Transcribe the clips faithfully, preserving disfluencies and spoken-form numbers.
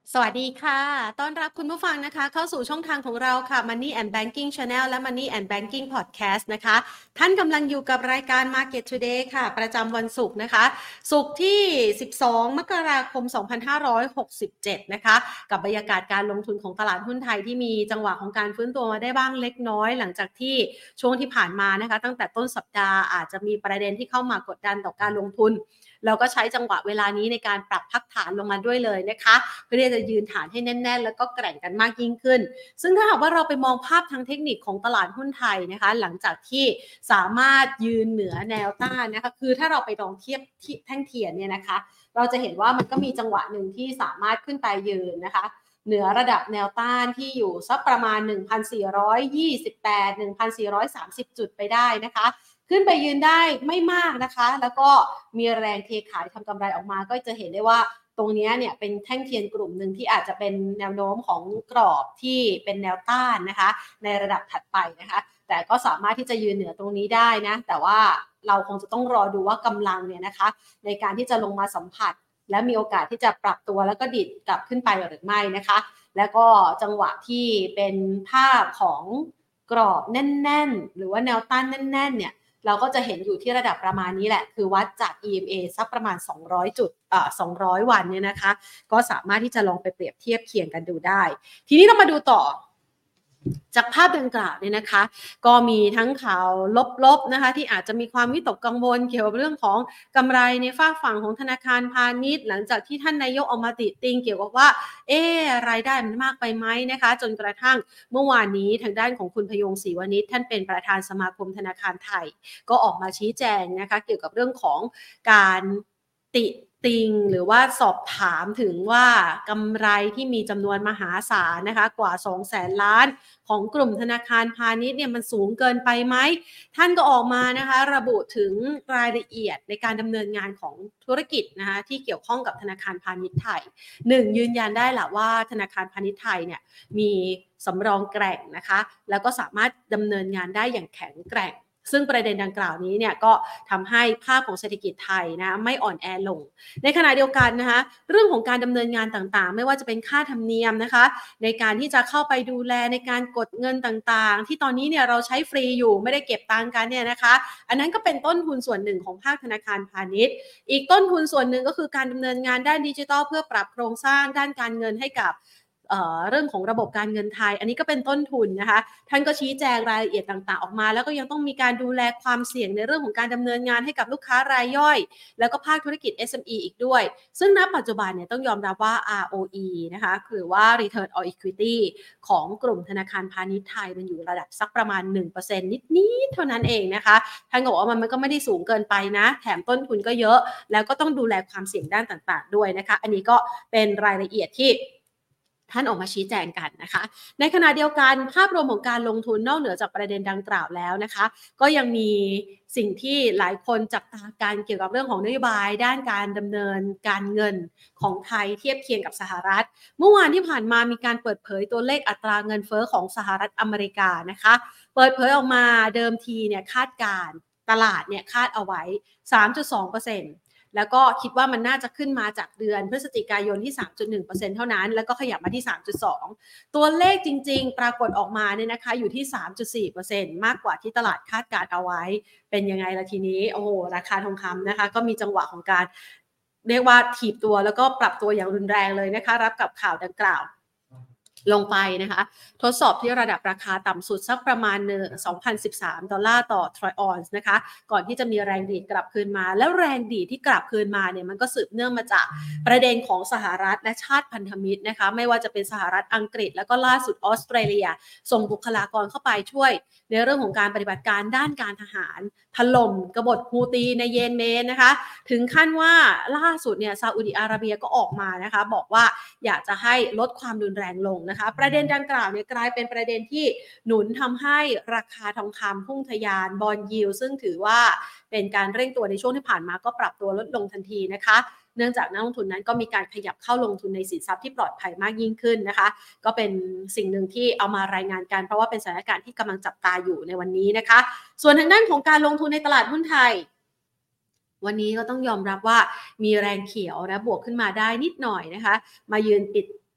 สวัสดีค่ะต้อนรับคุณผู้ฟังนะคะเข้าสู่ช่องทางของเราค่ะ Money and Banking Channel และ Money and Banking Podcast นะคะท่านกำลังอยู่กับรายการ Market Today ค่ะประจำวันศุกร์นะคะศุกร์ที่สิบสองมกราคมสองพันห้าร้อยหกสิบเจ็ดนะคะกับบรรยากาศการลงทุนของตลาดหุ้นไทยที่มีจังหวะของการฟื้นตัวมาได้บ้างเล็กน้อยหลังจากที่ช่วงที่ผ่านมานะคะตั้งแต่ต้นสัปดาห์อาจจะมีประเด็นที่เข้ามากดดันต่อการลงทุนเราก็ใช้จังหวะเวลานี้ในการปรับพักฐานลงมาด้วยเลยนะคะเพื่อที่จะยืนฐานให้แน่นๆแล้วก็แกร่งกันมากยิ่งขึ้นซึ่งถ้าหากว่าเราไปมองภาพทางเทคนิคของตลาดหุ้นไทยนะคะหลังจากที่สามารถยืนเหนือแนวต้านนะคะคือถ้าเราไปลองเทียบที่แท่งเทียนเนี่ยนะคะเราจะเห็นว่ามันก็มีจังหวะหนึ่งที่สามารถขึ้นไปยืนนะคะเหนือระดับแนวต้านที่อยู่สักประมาณ หนึ่งพันสี่ร้อยยี่สิบแปด หนึ่งพันสี่ร้อยสามสิบ จุดไปได้นะคะขึ้นไปยืนได้ไม่มากนะคะแล้วก็มีแรงเทขายทำกำไรออกมาก็จะเห็นได้ว่าตรงนี้เนี่ยเป็นแท่งเทียนกลุ่มหนึ่งที่อาจจะเป็นแนวโน้มของกรอบที่เป็นแนวต้านนะคะในระดับถัดไปนะคะแต่ก็สามารถที่จะยืนเหนือตรงนี้ได้นะแต่ว่าเราคงจะต้องรอดูว่ากำลังเนี่ยนะคะในการที่จะลงมาสัมผัสและมีโอกาสที่จะปรับตัวแล้วก็ดิดกลับขึ้นไปหรือไม่นะคะแล้วก็จังหวะที่เป็นภาพของกรอบแน่นๆหรือว่าแนวต้านแน่นๆเนี่ยเราก็จะเห็นอยู่ที่ระดับประมาณนี้แหละคือวัดจาก อี เอ็ม เอ สักประมาณสองร้อยจุดเอ่อสองร้อยวันเนี่ยนะคะก็สามารถที่จะลองไปเปรียบเทียบเคียงกันดูได้ทีนี้เรามาดูต่อจากภาพดังกล่าวเนี่ยนะคะก็มีทั้งข่าวลบๆนะคะที่อาจจะมีความวิตกกังวลเกี่ยวกับเรื่องของกำไรในฝากฝั่งของธนาคารพาณิชย์หลังจากที่ท่านนายกออกมาติติงเกี่ยวกับว่าเอ๊ะรายได้มันมากไปไหมนะคะจนกระทั่งเมื่อวานนี้ทางด้านของคุณพยงศรีวณิชท่านเป็นประธานสมาคมธนาคารไทยก็ออกมาชี้แจงนะคะเกี่ยวกับเรื่องของการติติงหรือว่าสอบถามถึงว่ากำไรที่มีจำนวนมหาศาลนะคะกว่าสองแสนล้านของกลุ่มธนาคารพาณิชย์เนี่ยมันสูงเกินไปไหมท่านก็ออกมานะคะระบุถึงรายละเอียดในการดำเนินงานของธุรกิจนะคะที่เกี่ยวข้องกับธนาคารพาณิชย์ไทยหนึ่งยืนยันได้แหละว่าธนาคารพาณิชย์ไทยเนี่ยมีสำรองแกร่งนะคะแล้วก็สามารถดำเนินงานได้อย่างแข็งแกร่งซึ่งประเด็นดังกล่าวนี้เนี่ยก็ทำให้ภาพของเศรษฐกิจไทยนะไม่อ่อนแอลงในขณะเดียวกันนะคะเรื่องของการดำเนินงานต่างๆไม่ว่าจะเป็นค่าธรรมเนียมนะคะในการที่จะเข้าไปดูแลในการกดเงินต่างๆที่ตอนนี้เนี่ยเราใช้ฟรีอยู่ไม่ได้เก็บตังค์กันเนี่ยนะคะอันนั้นก็เป็นต้นทุนส่วนหนึ่งของภาคธนาคารพาณิชย์อีกต้นทุนส่วนหนึ่งก็คือการดำเนินงานด้านดิจิทัลเพื่อปรับโครงสร้างด้านการเงินให้กับเอ่อเรื่องของระบบการเงินไทยอันนี้ก็เป็นต้นทุนนะคะท่านก็ชี้แจงรายละเอียดต่างๆออกมาแล้วก็ยังต้องมีการดูแลความเสี่ยงในเรื่องของการดำเนินงานให้กับลูกค้ารายย่อยแล้วก็ภาคธุรกิจ เอส เอ็ม อี อีกด้วยซึ่งณปัจจุบันเนี่ยต้องยอมรับว่า อาร์ โอ อี นะคะหรือว่า Return on Equity ของกลุ่มธนาคารพาณิชย์ไทยมันอยู่ระดับสักประมาณ หนึ่งเปอร์เซ็นต์ นิดๆเท่านั้นเองนะคะท่านก็บอกว่ามันก็ไม่ได้สูงเกินไปนะแถมต้นทุนก็เยอะแล้วก็ต้องดูแลความเสี่ยงด้านต่างๆด้วยนะคะอันนี้ก็เป็นรายละเอียดที่ท่านออกมาชี้แจงกันนะคะในขณะเดียวกันภาพรวมของการลงทุนนอกเหนือจากประเด็นดังกล่าวแล้วนะคะก็ยังมีสิ่งที่หลายคนจับตาการเกี่ยวกับเรื่องของนโยบายด้านการดำเนินการเงินของไทยเทียบเคียงกับสหรัฐเมื่อวานที่ผ่านมามีการเปิดเผยตัวเลขอัตราเงินเฟ้อของสหรัฐอเมริกานะคะเปิดเผยออกมาเดิมทีเนี่ยคาดการตลาดเนี่ยคาดเอาไว้ สามจุดสองเปอร์เซ็นต์แล้วก็คิดว่ามันน่าจะขึ้นมาจากเดือนพฤศจิกายนที่ สามจุดหนึ่งเปอร์เซ็นต์ เท่านั้นแล้วก็ขยับมาที่ สามจุดสอง ตัวเลขจริงๆปรากฏออกมาเนี่ยนะคะอยู่ที่ สามจุดสี่เปอร์เซ็นต์ มากกว่าที่ตลาดคาดการเอาไว้เป็นยังไงล่ะทีนี้โอ้โหราคาทองคำนะคะก็มีจังหวะของการเรียกว่าถีบตัวแล้วก็ปรับตัวอย่างรุนแรงเลยนะคะรับกับข่าวดังกล่าวลงไปนะคะทดสอบที่ระดับราคาต่ำสุดสักประมาณ สองพันสิบสาม ดอลลาร์ต่อทรอยออนซ์นะคะก่อนที่จะมีแรงดีดกลับคืนมาแล้วแรงดีดที่กลับคืนมาเนี่ยมันก็สืบเนื่องมาจากประเด็นของสหรัฐและชาติพันธมิตรนะคะไม่ว่าจะเป็นสหรัฐอังกฤษแล้วก็ล่าสุดออสเตรเลียส่งบุคลากรเข้าไปช่วยในเรื่องของการปฏิบัติการด้านการทหารถล่มกบฏฮูตีในเยเมนนะคะถึงขั้นว่าล่าสุดเนี่ยซาอุดิอาระเบียก็ออกมานะคะบอกว่าอยากจะให้ลดความรุนแรงลงนะคะประเด็นดังกล่าวเนี่ยกลายเป็นประเด็นที่หนุนทำให้ราคาทองคำพุ่งทะยานบอนด์ยิลด์ซึ่งถือว่าเป็นการเร่งตัวในช่วงที่ผ่านมาก็ปรับตัวลดลงทันทีนะคะเนื่องจากนักลงทุนนั้นก็มีการขยับเข้าลงทุนในสินทรัพย์ที่ปลอดภัยมากยิ่งขึ้นนะคะก็เป็นสิ่งหนึ่งที่เอามารายงานกันเพราะว่าเป็นสถานการณ์ที่กำลังจับตาอยู่ในวันนี้นะคะส่วนทางด้านของการลงทุนในตลาดหุ้นไทยวันนี้ก็ต้องยอมรับว่ามีแรงเขียวนะบวกขึ้นมาได้นิดหน่อยนะคะมายืนปิด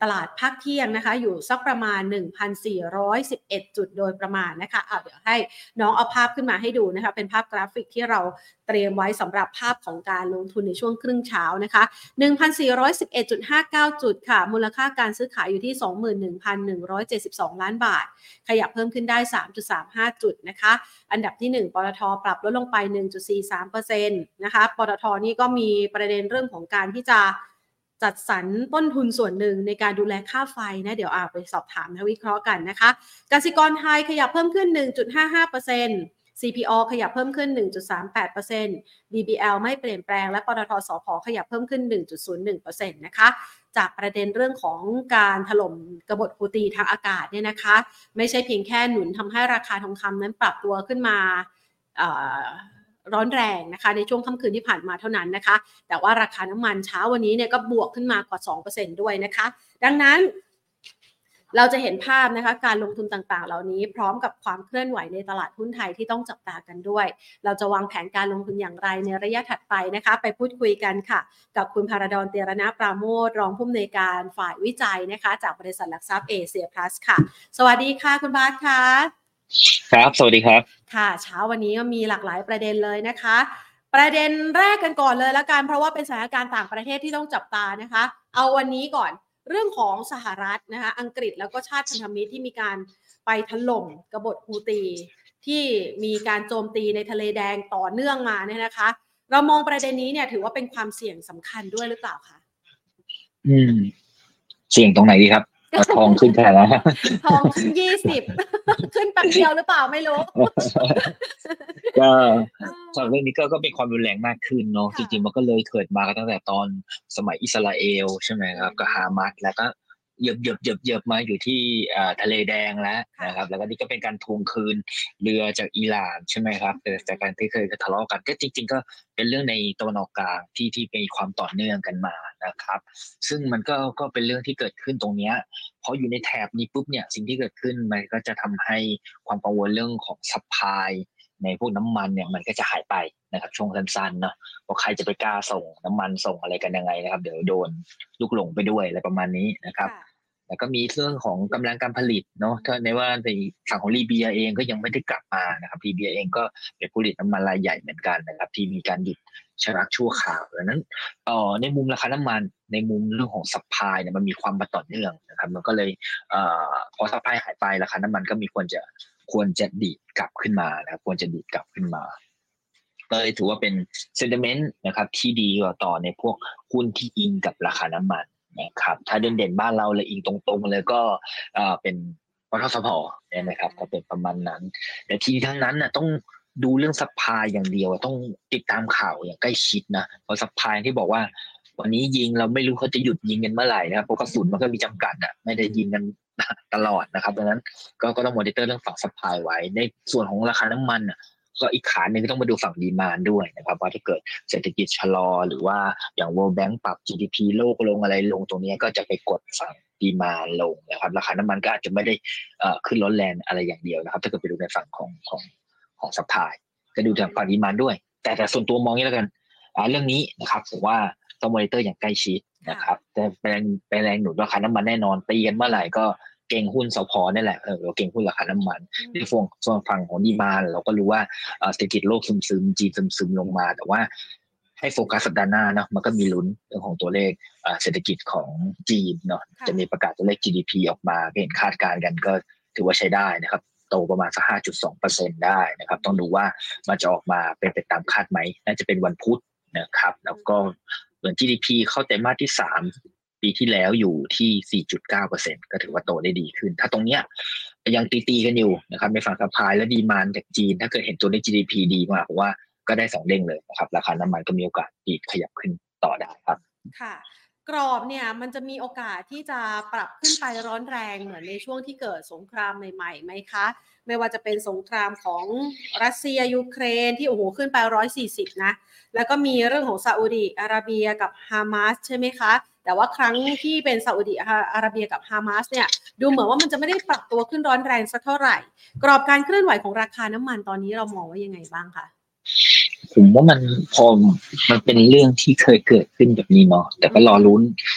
ตลาดภาคเที่ยงนะคะอยู่สักประมาณ หนึ่งพันสี่ร้อยสิบเอ็ด จุดโดยประมาณนะคะอ่ะเดี๋ยวให้น้องเอาภาพขึ้นมาให้ดูนะคะเป็นภาพกราฟิกที่เราเตรียมไว้สำหรับภาพของการลงทุนในช่วงครึ่งเช้านะคะ หนึ่งพันสี่ร้อยสิบเอ็ดจุดห้าเก้า จุดค่ะมูลค่าการซื้อขายอยู่ที่ สองหมื่นหนึ่งพันหนึ่งร้อยเจ็ดสิบสอง ล้านบาทขยับเพิ่มขึ้นได้ สามจุดสามห้า จุดนะคะอันดับที่หนึ่งปตท.ปรับลดลงไป หนึ่งจุดสี่สามเปอร์เซ็นต์ นะคะปตท.นี่ก็มีประเด็นเรื่องของการที่จะจัดสรรต้นทุนส่วนหนึ่งในการดูแลค่าไฟนะเดี๋ยวอาไปสอบถามนักวิเคราะห์กันนะคะกสิกรไทยขยับเพิ่มขึ้น หนึ่งจุดห้าห้าเปอร์เซ็นต์ ซี พี โอ ขยับเพิ่มขึ้น หนึ่งจุดสามแปดเปอร์เซ็นต์ บี บี แอล ไม่เปลี่ยนแปลงและปตท.สผ.ขยับเพิ่มขึ้น หนึ่งจุดศูนย์หนึ่งเปอร์เซ็นต์ นะคะจากประเด็นเรื่องของการถล่มกบฏฮูตีทางอากาศเนี่ยนะคะไม่ใช่เพียงแค่หนุนทำให้ราคาทองคำนั้นปรับตัวขึ้นมาร้อนแรงนะคะในช่วงค่ำคืนที่ผ่านมาเท่านั้นนะคะแต่ว่าราคาน้ำมันเช้าวันนี้เนี่ยก็บวกขึ้นมากว่า สองเปอร์เซ็นต์ ด้วยนะคะดังนั้นเราจะเห็นภาพนะคะการลงทุนต่างๆเหล่านี้พร้อมกับความเคลื่อนไหวในตลาดหุ้นไทยที่ต้องจับตากันด้วยเราจะวางแผนการลงทุนอย่างไรในระยะถัดไปนะคะไปพูดคุยกันค่ะกับคุณภารดรเตียรณปราโมชรองผู้อำนวยการฝ่ายวิจัยนะคะจากบริษัทหลักทรัพย์เอเชียพลัสค่ะสวัสดีค่ะคุณบาสค่ะครับสวัสดีครับค่ะเช้าวันนี้ก็มีหลากหลายประเด็นเลยนะคะประเด็นแรกกันก่อนเลยละกันเพราะว่าเป็นสถานการณ์ต่างประเทศที่ต้องจับตานะคะเอาวันนี้ก่อนเรื่องของสหรัฐนะคะอังกฤษแล้วก็ชาติพันธมิตรที่มีการไปถล่มกบฏฮูตีที่มีการโจมตีในทะเลแดงต่อเนื่องมาเนี่ยนะคะเรามองประเด็นนี้เนี่ยถือว่าเป็นความเสี่ยงสำคัญด้วยหรือเปล่าคะอืมเสี่ยงตรงไหนดีครับทองขึ้นแค่แล้วทองยี่สิบขึ้นแป๊บเดียวหรือเปล่าไม่รู้ก็สำหรับเรื่องนี้ก็ก็เป็นความรุนแรงมากขึ้นเนาะจริงๆมันก็เลยเกิดมาตั้งแต่ตอนสมัยอิสราเอลใช่ไหมครับก็ฮามาสแล้วก็เหยียบเหยียบเหยียบเหยียบมาอยู่ที่ทะเลแดงแล้วนะครับแล้วก็นี่ก็เป็นการทวงคืนเรือจากอิหร่านใช่ไหมครับแต่จากการที่เคยทะเลาะกันก็จริงๆก็เป็นเรื่องในตะวันออกกลางที่ที่มีความต่อเนื่องกันมานะครับซึ่งมันก็ก็เป็นเรื่องที่เกิดขึ้นตรงนี้พออยู่ในแถบนี้ปุ๊บเนี่ยสิ่งที่เกิดขึ้นมันก็จะทำให้ความกังวลเรื่องของซัพพลายในพวกน้ำมันเนี่ยมันก็จะหายไปนะครับช่วงสั้นๆเนาะเพราะใครจะไปกล้าส่งน้ำมันส่งอะไรกันยังไงนะครับเดี๋ยวโดนลูกหลงไปด้วยอะไรประมาณนี้นะครับแล้วก็มีเรื่องของกำลังการผลิตเนาะถ้าในว่าในฝั่งของลีเบียเองก็ยังไม่ได้กลับมานะครับลีเบียเองก็เป็นผู้ผลิตน้ำมันรายใหญ่เหมือนกันนะครับที่มีการหยุดชะงักชั่วคราวดังนั้นเอ่อในมุมราคาน้ำมันในมุมเรื่องของซัพพลายเนี่ยมันมีความมาต่อเนื่องนะครับมันก็เลยเอ่อพอซัพพลายหายไปราคาน้ำมันก็มีควรจะควรจะดีดกลับขึ้นมานะครับควรจะดีดกลับขึ้นมาก็เลยถือว่าเป็นเซนติเมนต์นะครับที่ดีกว่าต่อในพวกหุ้นที่อิงกับราคาน้ำมันนะครับถ้าเด่นๆบ้านเราเลยอิงตรงๆเลยก็เอ่อเป็นปตท.สผ.นะครับก็เป็นประมาณนั้นแต่ทีทั้งนั้นน่ะต้องดูเรื่องซัพพลายอย่างเดียวต้องติดตามข่าวอย่างใกล้ชิดนะเพราะซัพพลายที่บอกว่าวันนี้ยิงเราไม่รู้เขาจะหยุดยิงกันเมื่อไหร่นะครับเพราะกระสุนมันก็มีจำกัดอ่ะไม่ได้ยิงกันตลอดนะครับดังนั้นก็ก็ต้องมอนิเตอร์เรื่องฝั่งซัพพลายไว้ในส่วนของราคาน้ำมันอ่ะก็อีกขาหนึ่งก็ต้องมาดูฝั่งดีมานด์ด้วยนะครับว่าถ้าเกิดเศรษฐกิจชะลอหรือว่าอย่าง World Bank ปรับ จี ดี พี โลกลงอะไรลงตรงนี้ก็จะไปกดฝั่งดีมานด์ลงนะครับราคาน้ำมันก็อาจจะไม่ได้เอ่อขึ้นร้อนแรงอะไรอย่างเดียวนะครับถ้าเกิดไปดูในฝั่งของของของซัพพลายก็ดูจากฝั่งดีมานด์ด้วยแต่แต่ส่วนตัวมองนี้แล้วกันอ่าเรื่องนี้นะครับผมว่าต้องมอนิเตอร์อย่างใกล้ชิดนะครับแต่เป็นเป็นแรงหนุนราคาน้ำมันแน่นอนตีกันเมื่อไหร่ก็เก่งหุ้นสผ.นี่แหละเออเราเก่งหุ้นราคาน้ำมันในฝั่งส่วนฝั่งของดีมานด์เราก็รู้ว่าเศรษฐกิจโลกซึมๆจีนซึมๆลงมาแต่ว่าให้โฟกัสสัปดาห์หน้าเนาะมันก็มีลุ้นเรื่องของตัวเลขเศรษฐกิจของจีนเนาะจะมีประกาศตัวเลข จี ดี พี ออกมาเห็นคาดการณ์กันก็ถือว่าใช้ได้นะครับโตประมาณสัก ห้าจุดสองเปอร์เซ็นต์ ได้นะครับต้องดูว่ามันจะออกมาเป็นไปตามคาดไหมน่าจะเป็นวันพุธนะครับแล้วก็ส่วน จี ดี พี เข้าไตรมาสที่สามปีที่แล้วอยู่ที่ สี่จุดเก้าเปอร์เซ็นต์ ก็ถือว่าโตได้ดีขึ้นถ้าตรงเนี้ยยังตีๆกันอยู่นะครับในฝั่งซัพพลายและดีมานด์จากจีนถ้าเกิดเห็นตัวเลข จี ดี พี ดีมากเพราะว่าก็ได้สองเด้งเลยนะครับราคาน้ำมันก็มีโอกาสดีดขยับขึ้นต่อได้ครับค่ะกรอบเนี่ยมันจะมีโอกาสที่จะปรับขึ้นไปร้อนแรงเหมือนในช่วงที่เกิดสงครามใหม่ๆไหมคะไม่ว่าจะเป็นสงครามของรัสเซียยูเครนที่โอ้โหขึ้นไปหนึ่งร้อยสี่สิบนะแล้วก็มีเรื่องของซาอุดิอาระเบียกับฮามาสใช่ไหมคะแต่ว่าครั้งที่เป็นซาอุดิอาระเบียกับฮามาสเนี่ยดูเหมือนว่ามันจะไม่ได้ปรับตัวขึ้นร้อนแรงสักเท่าไหร่กรอบการเคลื่อนไหวของราคาน้ำมันตอนนี้เรามองว่ายังไงบ้างคะผมว่ามันพอมันเป็นเรื่องที่เคยเกิดขึ้นแบบนี้เนาะแต่ก็รอลุ้น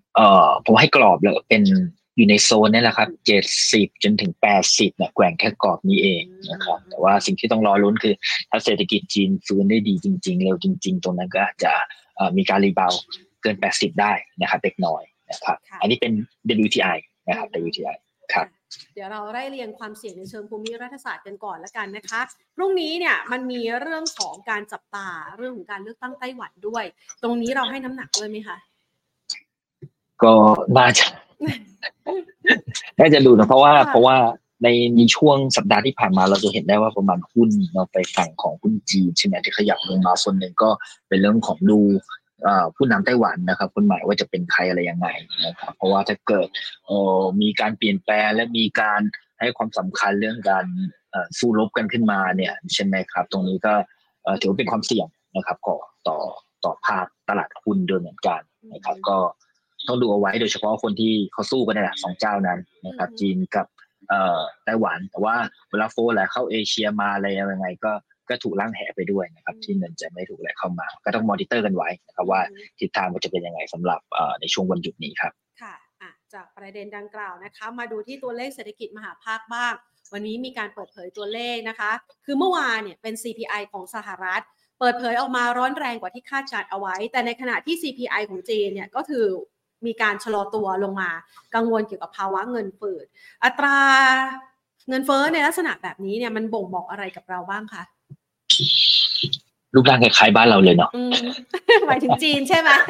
เอ่อผมให้กรอบเลยเป็นอยู่ในโซนนี่แหละครับเจ็ดสิบจนถึงแปดสิบเนี่ยแกว่งแค่กรอบนี้เองนะครับแต่ว่าสิ่งที่ต้องรอลุ้นคือถ้าเศรษฐกิจจีนฟื้นได้ดีจริงๆเร็วจริงๆตรงนั้นก็อาจจะเอ่อมีการรีบาวด์เกินแปดสิบได้นะครับเล็กน้อยนะครับอันนี้เป็น ดับเบิลยู ที ไอ นะครับ ดับเบิลยู ที ไอ ครับเดี๋ยวเราไล่เรียงความเสี่ยงในเชิงภูมิรัฐศาสตร์กันก่อนแล้วกันนะคะพรุ่งนี้เนี่ยมันมีเรื่องของการจับตาเรื่องของการเลือกตั้งไต้หวันด้วยตรงนี้เราให้น้ำหนักด้วยไหมคะก็น่าจะน่าจะดูนะเพราะว่าเพราะว่าในในช่วงสัปดาห์ที่ผ่านมาเราจะเห็นได้ว่าประมาณหุ้นเราไปฝั่งของหุ้นจีนใช่ไหมที่ขยับลงมาส่วนหนึ่งก็เป็นเรื่องของดูผู้นำไต้หวันนะครับคนใหม่ว่าจะเป็นใครอะไรยังไงนะครับเพราะว่าถ้าเกิดมีการเปลี่ยนแปลงและมีการให้ความสำคัญเรื่องการสู้รบกันขึ้นมาเนี่ยใช่ไหมครับตรงนี้ก็ถือว่าเป็นความเสี่ยงนะครับต่อต่อต่อภาคตลาดหุ้นด้วยเหมือนกันนะครับก็ต้องดูเอาไว้โดยเฉพาะคนที่เขาสู้กันในหลักสองเจ้านั้นนะครับจีนกับไต้หวันแต่ว่าเวลาโฟร์แหละเข้าเอเชียมาอะไรยังไงก็ก็ถูกล่างแหไปด้วยนะครับที่เงินจะไม่ถูกไหลเข้ามาก็ต้องมอนิเตอร์กันไว้นะครับว่าทิศทางมันจะเป็นยังไงสำหรับในช่วงวันหยุดนี้ครับค่ะจากประเด็นดังกล่าวนะคะมาดูที่ตัวเลขเศรษฐกิจมหาภาคบ้างวันนี้มีการเปิดเผยตัวเลขนะคะคือเมื่อวานเนี่ยเป็น ซี พี ไอ ของสหรัฐเปิดเผยออกมาร้อนแรงกว่าที่คาดการเอาไว้แต่ในขณะที่ ซี พี ไอ ของจีนเนี่ยก็คือมีการชะลอตัวลงมากังวลเกี่ยวกับภาวะเงินเฟ้ออัตราเงินเฟ้อในลักษณะแบบนี้เนี่ยมันบ่งบอกอะไรกับเราบ้างคะรูปร่างคล้ายๆบ้านเราเลยเนาะหมายถึงจีนใช่ไหม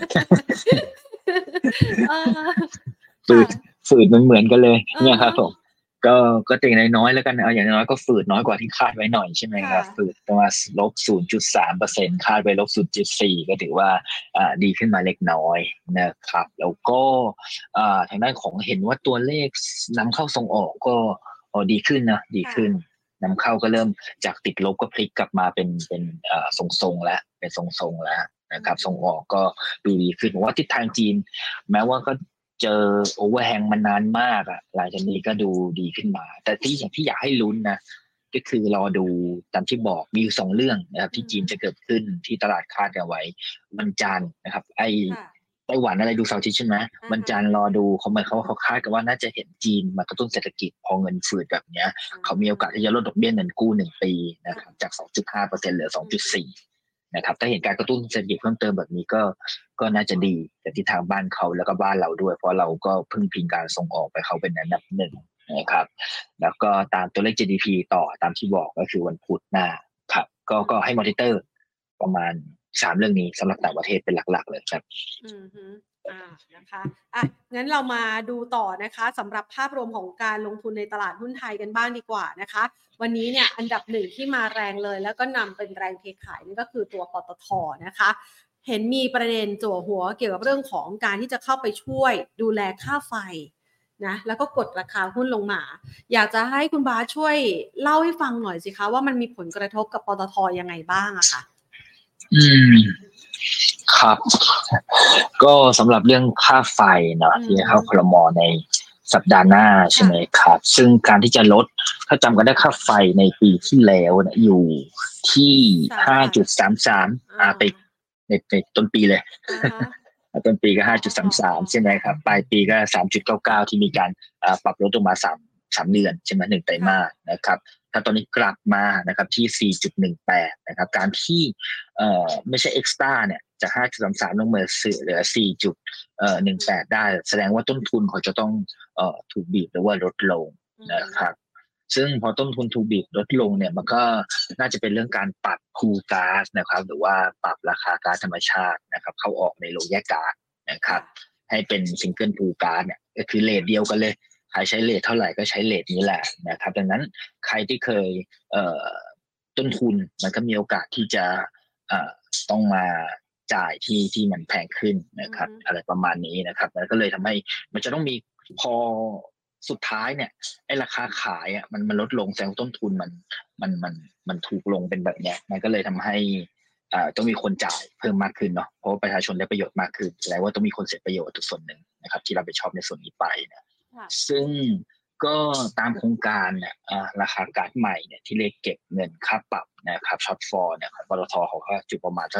ฝืดฝืดมันเหมือนกันเลยเนี่ยครับผมก็ก็ติงน้อยๆแล้วกันเอาอย่างน้อยก็ฝืดน้อยกว่าที่คาดไว้หน่อยใช่ไหมครับฝืดประมาณลบ ศูนย์จุดสามเปอร์เซ็นต์ คาดไว้ลบ ศูนย์จุดสี่ ก็ถือว่าอ่าดีขึ้นมาเล็กน้อยนะครับแล้วก็อ่าทางด้านของเห็นว่าตัวเลขนำเข้าส่งออกก็ดีขึ้นนะดีขึ้นนำเข้าก็เริ่มจากติดลบก็พลิกกลับมาเป็นเป็นอ่าทรงๆแล้วเป็นทรงๆแล้วนะครับส่งออกก็ดูดีขึ้นผมว่าทิศทางจีนแม้ว่าก็เจอโอเวอร์แฮงมานานมากอ่ะหลังจากนี้ก็ดูดีขึ้นมาแต่ที่อย่างที่อยากให้ลุ้นนะก็คือรอดูตามที่บอกมีสองเรื่องนะครับที่จีนจะเกิดขึ้นที่ตลาดคาดกันไว้วันจันทร์นะครับไอไต้หวันอะไรดูเสาร์อาทิตย์ใช่ไหมวันจันทร์รอดูเขาหมายเขาเขาคาดกันว่าน่าจะเห็นจีนมากระตุ้นเศรษฐกิจพอเงินฝืดแบบเนี้ยเขามีโอกาสที่จะลดดอกเบี้ยเงินกู้หนึ่งปีนะครับจาก สองจุดห้าเปอร์เซ็นต์ เหลือ สองจุดสี่นะครับถ้าเห็นการกระตุ้นเศรษฐกิจเพิ่มเติมแบบนี้ก็ก็น่าจะดีกับที่ทางบ้านเขาแล้วก็บ้านเราด้วยเพราะเราก็พึ่งพิงการส่งออกไปเขาเป็นอันดับหนึ่งนะครับแล้วก็ตามตัวเลข จี ดี พี ต่อตามที่บอกก็คือวันพุธหน้าครับก็ก็ให้มอนิเตอร์ประมาณสามเรื่องนี้สำหรับต่างประเทศเป็นหลักๆเลยครับอือฮึอ่านะคะอ่ะงั้นเรามาดูต่อนะคะสำหรับภาพรวมของการลงทุนในตลาดหุ้นไทยกันบ้างดีกว่านะคะวันนี้เนี่ยอันดับหนึ่งที่มาแรงเลยแล้วก็นำเป็นแรงเทขายนี่ก็คือตัวปตท.นะคะเห็นมีประเด็นจั่วหัวเกี่ยวกับเรื่องของการที่จะเข้าไปช่วยดูแลค่าไฟนะแล้วก็กดราคาหุ้นลงมาอยากจะให้คุณบาสช่วยเล่าให้ฟังหน่อยสิคะว่ามันมีผลกระทบกับปตท.ยังไงบ้างอะคะอืมครับก็สำหรับเรื่องค่าไฟเนาะที่เข้าครม.ในสัปดาห์หน้าใช่ไหมครับซึ่งการที่จะลดถ้าจำกันได้ค่าไฟในปีที่แล้วนะอยู่ที่ ห้าจุดสามสาม อ่าไปในในต้นปีเลยต้นปีก็ ห้าจุดสามสาม ใช่ไหมครับปลายปีก็ สามจุดเก้าเก้า ที่มีการปรับลดลงมา3 3เดือนใช่ไหมหนึ่งไตรมาสนะครับถ้าตอนนี้กลับมานะครับที่ สี่จุดหนึ่งแปด นะครับการที่เอ่อไม่ใช่ extra เนี่ยจาก ห้าจุดสามสาม ลงมาเหลือ สี่จุดหนึ่งแปด ได้แสดงว่าต้นทุนเขาจะต้องเอ่อถูกบีบหรือว่าลดลงนะครับซึ่งพอต้นทุนถูกบีบลดลงเนี่ยมันก็น่าจะเป็นเรื่องการปรับคูลก๊าซนะครับหรือว่าปรับราคาก๊าซธรรมชาตินะครับเข้าออกในโรงแยกก๊าซนะครับให้เป็นซิงเกิลพูลก๊าซเนี่ยก็คือเรทเดียวกันเลยใครใช้เรทเท่าไหร่ก็ใช้เรทนี้แหละนะครับดังนั้นใครที่เคยเอ่อต้นทุนมันก็มีโอกาสที่จะเอ่อต้องมาจ่ายที่ที่มันแพงขึ้นนะครับอะไรประมาณนี้นะครับแล้วก็เลยทำให้มันจะต้องมีพอสุดท้ายเนี่ยไอ้ราคาขายอ่ะมันมันลดลงแสดงต้นทุนมันมันมันมันถูกลงเป็นแบบเนี้ยมันก็เลยทำให้อ่าต้องมีคนจ่ายเพิ่มมากขึ้นเนาะเพราะว่าประชาชนได้ประโยชน์มากขึ้นแสดงว่าต้องมีคนเสียประโยชน์ทุกส่วนหนึ่งนะครับที่รับผิดชอบในส่วนนี้ไปนะซึ่งก็ตามโครงการเนี่ยราคาก๊าซใหม่เนี่ยที่เรียกเก็บเงินค่าปรับนะครับช็อตฟอร์เนี่ยปตทเขาก็จุดประมาณสัก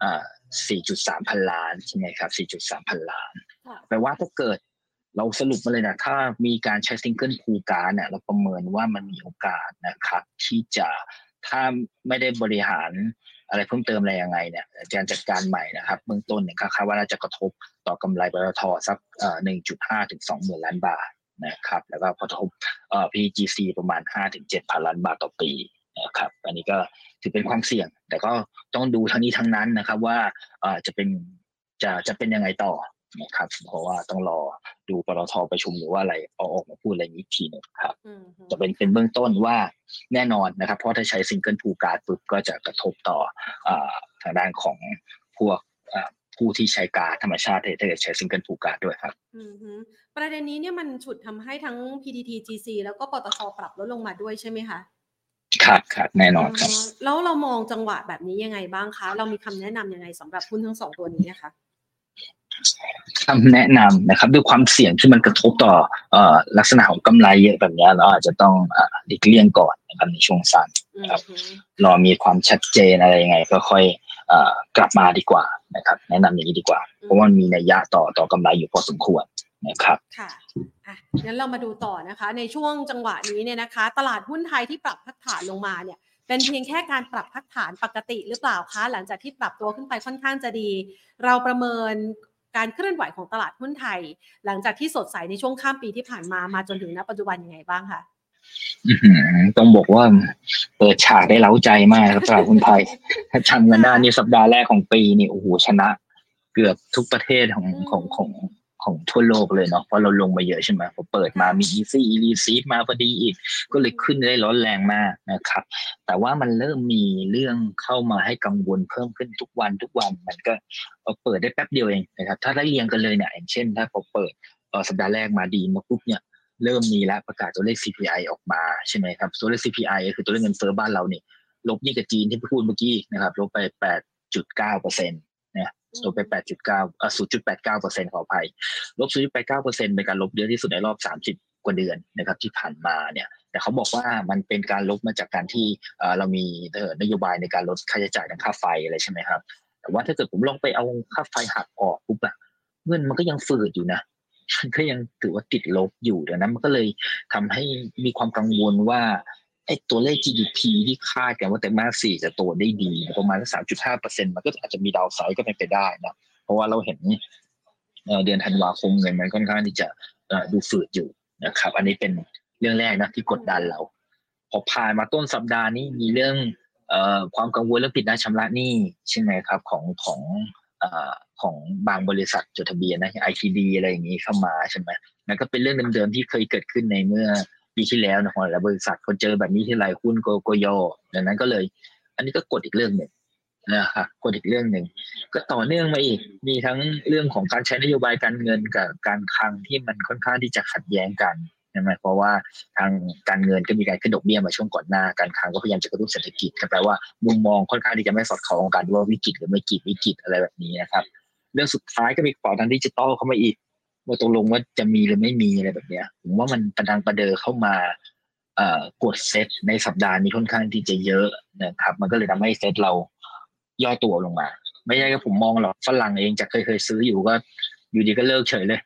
อ่า สี่จุดสาม พันล้านใช่ไหมครับ สี่จุดสาม พันล้านแปลว่าถ้าเกิดเราสรุปมาเลยนะถ้ามีการใช้ซิงเกิลพูลการ์ดเนี่ยเราประเมินว่ามันมีโอกาสนะครับที่จะถ้าไม่ได้บริหารอะไรเพิ่มเติมอะไรยังไงเนี่ยการจัดการใหม่นะครับเบื้องต้นเนี่ยคาดว่าน่าจะกระทบต่อกำไรปตท.สักเอ่อ หนึ่งจุดห้า ถึง สองหมื่นล้านบาทนะครับแล้วก็กระทบเอ่อ พี จี ซี ประมาณ ห้าถึงเจ็ด พันล้านบาทต่อปีนะครับอันนี้ก็ถือเป็นความเสี่ยงแต่ก็ต้องดูทั้งนี้ทั้งนั้นนะครับว่าเอ่อจะเป็นจะจะเป็นยังไงต่อนะครับเพราะว่าต้องรอดูปตท.ประชุมหรือว่าอะไรเอาออกมาพูดอะไรอีกทีนึงครับจะเป็นเป็นเบื้องต้นว่าแน่นอนนะครับเพราะถ้าใช้ซิงเกิลพูลการ์ดปุ๊บก็จะกระทบต่ออ่าทางด้านของพวกอ่าผู้ที่ใช้ก๊าซธรรมชาติถ้าเกิดใช้ซิงเกิลพูลการ์ดด้วยครับประเด็นนี้เนี่ยมันฉุดทำให้ทั้ง พี ที ที จี ซี แล้วก็ปตท.ปรับลดลงมาด้วยใช่ไหมคะครับครับแน่นอนครับแล้วเรามองจังหวะแบบนี้ยังไงบ้างคะเรามีคำแนะนำยังไงสำหรับหุ้นทั้งสองตัวนี้นะคะคำแนะนำนะครับด้วยความเสี่ยงที่มันกระทบต่อเอ่อลักษณะของกำไรเยอะแบบนี้เราอาจจะต้องหลีกเลี่ยงก่อนนะครับในช่วงสั้นครับรอมีความชัดเจนอะไรยังไงก็ค่อยกลับมาดีกว่านะครับแนะนำอย่างนี้ดีกว่าเพราะว่ามีนัยยะต่อต่อกำไรอยู่พอสมควรนะครับค่ะอ่ะงั้นเรามาดูต่อนะคะในช่วงจังหวะนี้เนี่ยนะคะตลาดหุ้นไทยที่ปรับพักฐานลงมาเนี่ยเป็นเพียงแค่การปรับพักฐานปกติหรือเปล่าคะหลังจากที่ปรับตัวขึ้นไปค่อนข้างจะดีเราประเมินการเคลื่อนไหวของตลาดหุ้นไทยหลังจากที่สดใสในช่วงข้ามปีที่ผ่านมามาจนถึงณปัจจุบันยังไงบ้างคะต้องบอกว่าเปิดฉากได้เล้าใจมากครับตลาดหุ้นไทยถ้าจำกันได้นี่สัปดาห์แรกของปีนี่โอ้โหชนะเกือบทุกประเทศของของของของทั่วโลกเลยเนาะเพราะเราลงมาเยอะใช่ไหมพอเปิดมามี Easy Receive มาพอดีอีกก็เลยขึ้นได้ร้อนแรงมากนะครับแต่ว่ามันเริ่มมีเรื่องเข้ามาให้กังวลเพิ่มขึ้นทุกวันทุกวันมันก็เปิดได้แป๊บเดียวเองนะครับถ้าได้เรียงกันเลยเนี่ยอย่างเช่นถ้าพอเปิดสัปดาห์แรกมาดีมาปุ๊บเนี่ยเริ่มมีแล้วประกาศตัวเลข ซี พี ไอ ออกมาใช่ไหมครับตัวเลข ซี พี ไอ ก็คือตัวเลขเงินเฟ้อบ้านเราเนี่ยลบนี่กับจีนที่พูดเมื่อกี้นะครับลบไป แปดจุดเก้าเปอร์เซ็นต์ นะลบไป แปดจุดเก้า เอ่อ ศูนย์จุดแปดเก้าเปอร์เซ็นต์ ขออภัยลบ ศูนย์จุดแปดเก้าเปอร์เซ็นต์ เป็นการลบเยอะที่สุดในรอบสามสิบกว่าเดือนนะครับที่ผ่านมาเนี่ยแต่เขาบอกว่ามันเป็นการลบมาจากการที่เอ่อเรามีนโยบายในการลดค่าใช้จ่ายทางค่าไฟอะไรใช่ไหมครับแต่ว่าถ้าเกิดผมลองไปเอาค่าไฟหักออกปุ๊บอะเงินมันก็ยังฝืดอยู่นะมันก็ยังถือว่าติดลบอยู่ดังนั้นมันก็เลยทำให้มีความกังวลว่าไอ้ตัวเลข จี ดี พี ที่คาดกันว่าไตรมาสสี่จะโตได้ดีประมาณ สามจุดห้าเปอร์เซ็นต์ มันก็อาจจะมีดาวไซด์ก็เป็นไปได้นะเพราะว่าเราเห็นเดือนธันวาคมเงินมันค่อนข้างที่จะดูฝืดอยู่นะครับอันนี้เป็นเรื่องแรกนะที่กดดันเราพอผ่านมาต้นสัปดาห์นี้มีเรื่องเอ่อความกังวลเรื่องผิดนัดชำระหนี้ใช่ไหมครับของของเอ่อของบางบริษัทจดทะเบียนนะ ไอ ที ดี อะไรอย่างนี้เข้ามาใช่ไหมนั่นก็เป็นเรื่องเดิมๆที่เคยเกิดขึ้นในเมื่อปีที่แล้วนะของหลายบริษัทพอเจอแบบนี้ที่ไรหุ้นโกโกโยดังนั้นก็เลยอันนี้ก็กดอีกเรื่องหนึ่งนะครับกดอีกเรื่องหนึ่งก็ต่อเนื่องมาอีกมีทั้งเรื่องของการใช้นโยบายการเงินกับการคลังที่มันค่อนข้างที่จะขัดแย้งกันใช่ไหมเพราะว่าทางการเงินก็มีการขึ้นดอกเบี้ยมาช่วงก่อนหน้าการคลังก็พยายามจะกระตุ้นเศรษฐกิจก็แปลว่ามุมมองค่อนข้างที่จะไม่สอดคล้องกันว่าวิกฤตหรือไม่วิกฤตวิกฤตอะไรแบบนี้นะครับเรื่องสุดท้ายก็มีกระเป๋าทางดิจิตอลเข้ามาอีกว่าตกลงว่าจะมีหรือไม่มีอะไรแบบนี้ผมว่ามันประดังประเดอเข้ามากดเซตในสัปดาห์นี้ค่อนข้างที่จะเยอะนะครับมันก็เลยทำให้เซตเราย่อตัวลงมาไม่ใช่ก็ผมมองหรอกฝรั่งเองจากเคยเคยซื้ออยู่ก็อยู่ดีก็เลิกเฉยเลย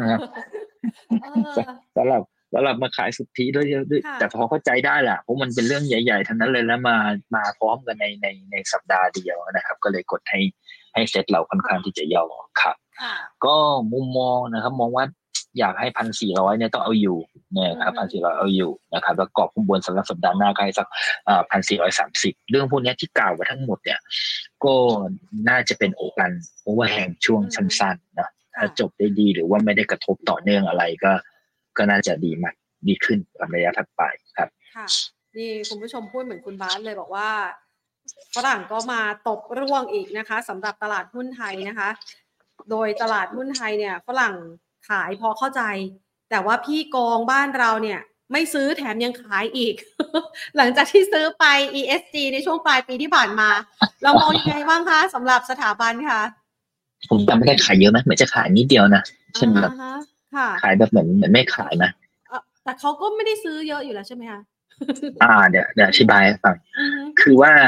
สำหรับสำหรับมาขายสุทธิด้วยแต่พอเข้าใจได้แหละเพราะมันเป็นเรื่องใหญ่ๆทั้งนั้นเลยแล้วมามาพร้อมกันในในในสัปดาห์เดียวนะครับก็เลยกดให้ให้เซตเราค่อนข้างที่จะย่อครับก็มุมมองนะครับมองว่าอยากให้ หนึ่งพันสี่ร้อย เนี่ยต้องเอาอยู่เนี่ยครับ หนึ่งพันสี่ร้อย เอาอยู่นะครับแล้วกรอบข้างบนสำหรับสัปดาห์หน้าก็ให้สักอ่า หนึ่งพันสี่ร้อยสามสิบ เรื่องพวกนี้ที่กล่าวไว้ทั้งหมดเนี่ยก็น่าจะเป็นโอกันโอเวอร์แฮงช่วงสั้นๆนะถ้าจบได้ดีหรือว่าไม่ได้กระทบต่อเนื่องอะไรก็ก็น่าจะดีมากดีขึ้นในระยะถัดไปครับค่ะนี่คุณผู้ชมพูดเหมือนคุณบาสเลยบอกว่าฝรั่งก็มาตบร่วงอีกนะคะสำหรับตลาดหุ้นไทยนะคะโดยตลาดหุ้นไทยเนี่ยฝรั่งขายพอเข้าใจแต่ว่าพี่กองบ้านเราเนี่ยไม่ซื้อแถมยังขายอีก หลังจากที่ซื้อไป อี เอส จี ในช่วงปลายปีที่ผ่านมา เรามองยังไงบ้างคะสำหรับสถาบันค่ะผมจำไม่ได้ขายเยอะไหมเหมือนจะขายนิดเดียวนะใช่ไหมครับขายแบบเหมือนเหมือนไม่ขายนะแต่เขาก็ไม่ได้ซื้อเยอะอยู่แล้วใช่ไหมคะอ่าเดี๋ยวเดี๋ยวอธิบายให้ฟังคือว่า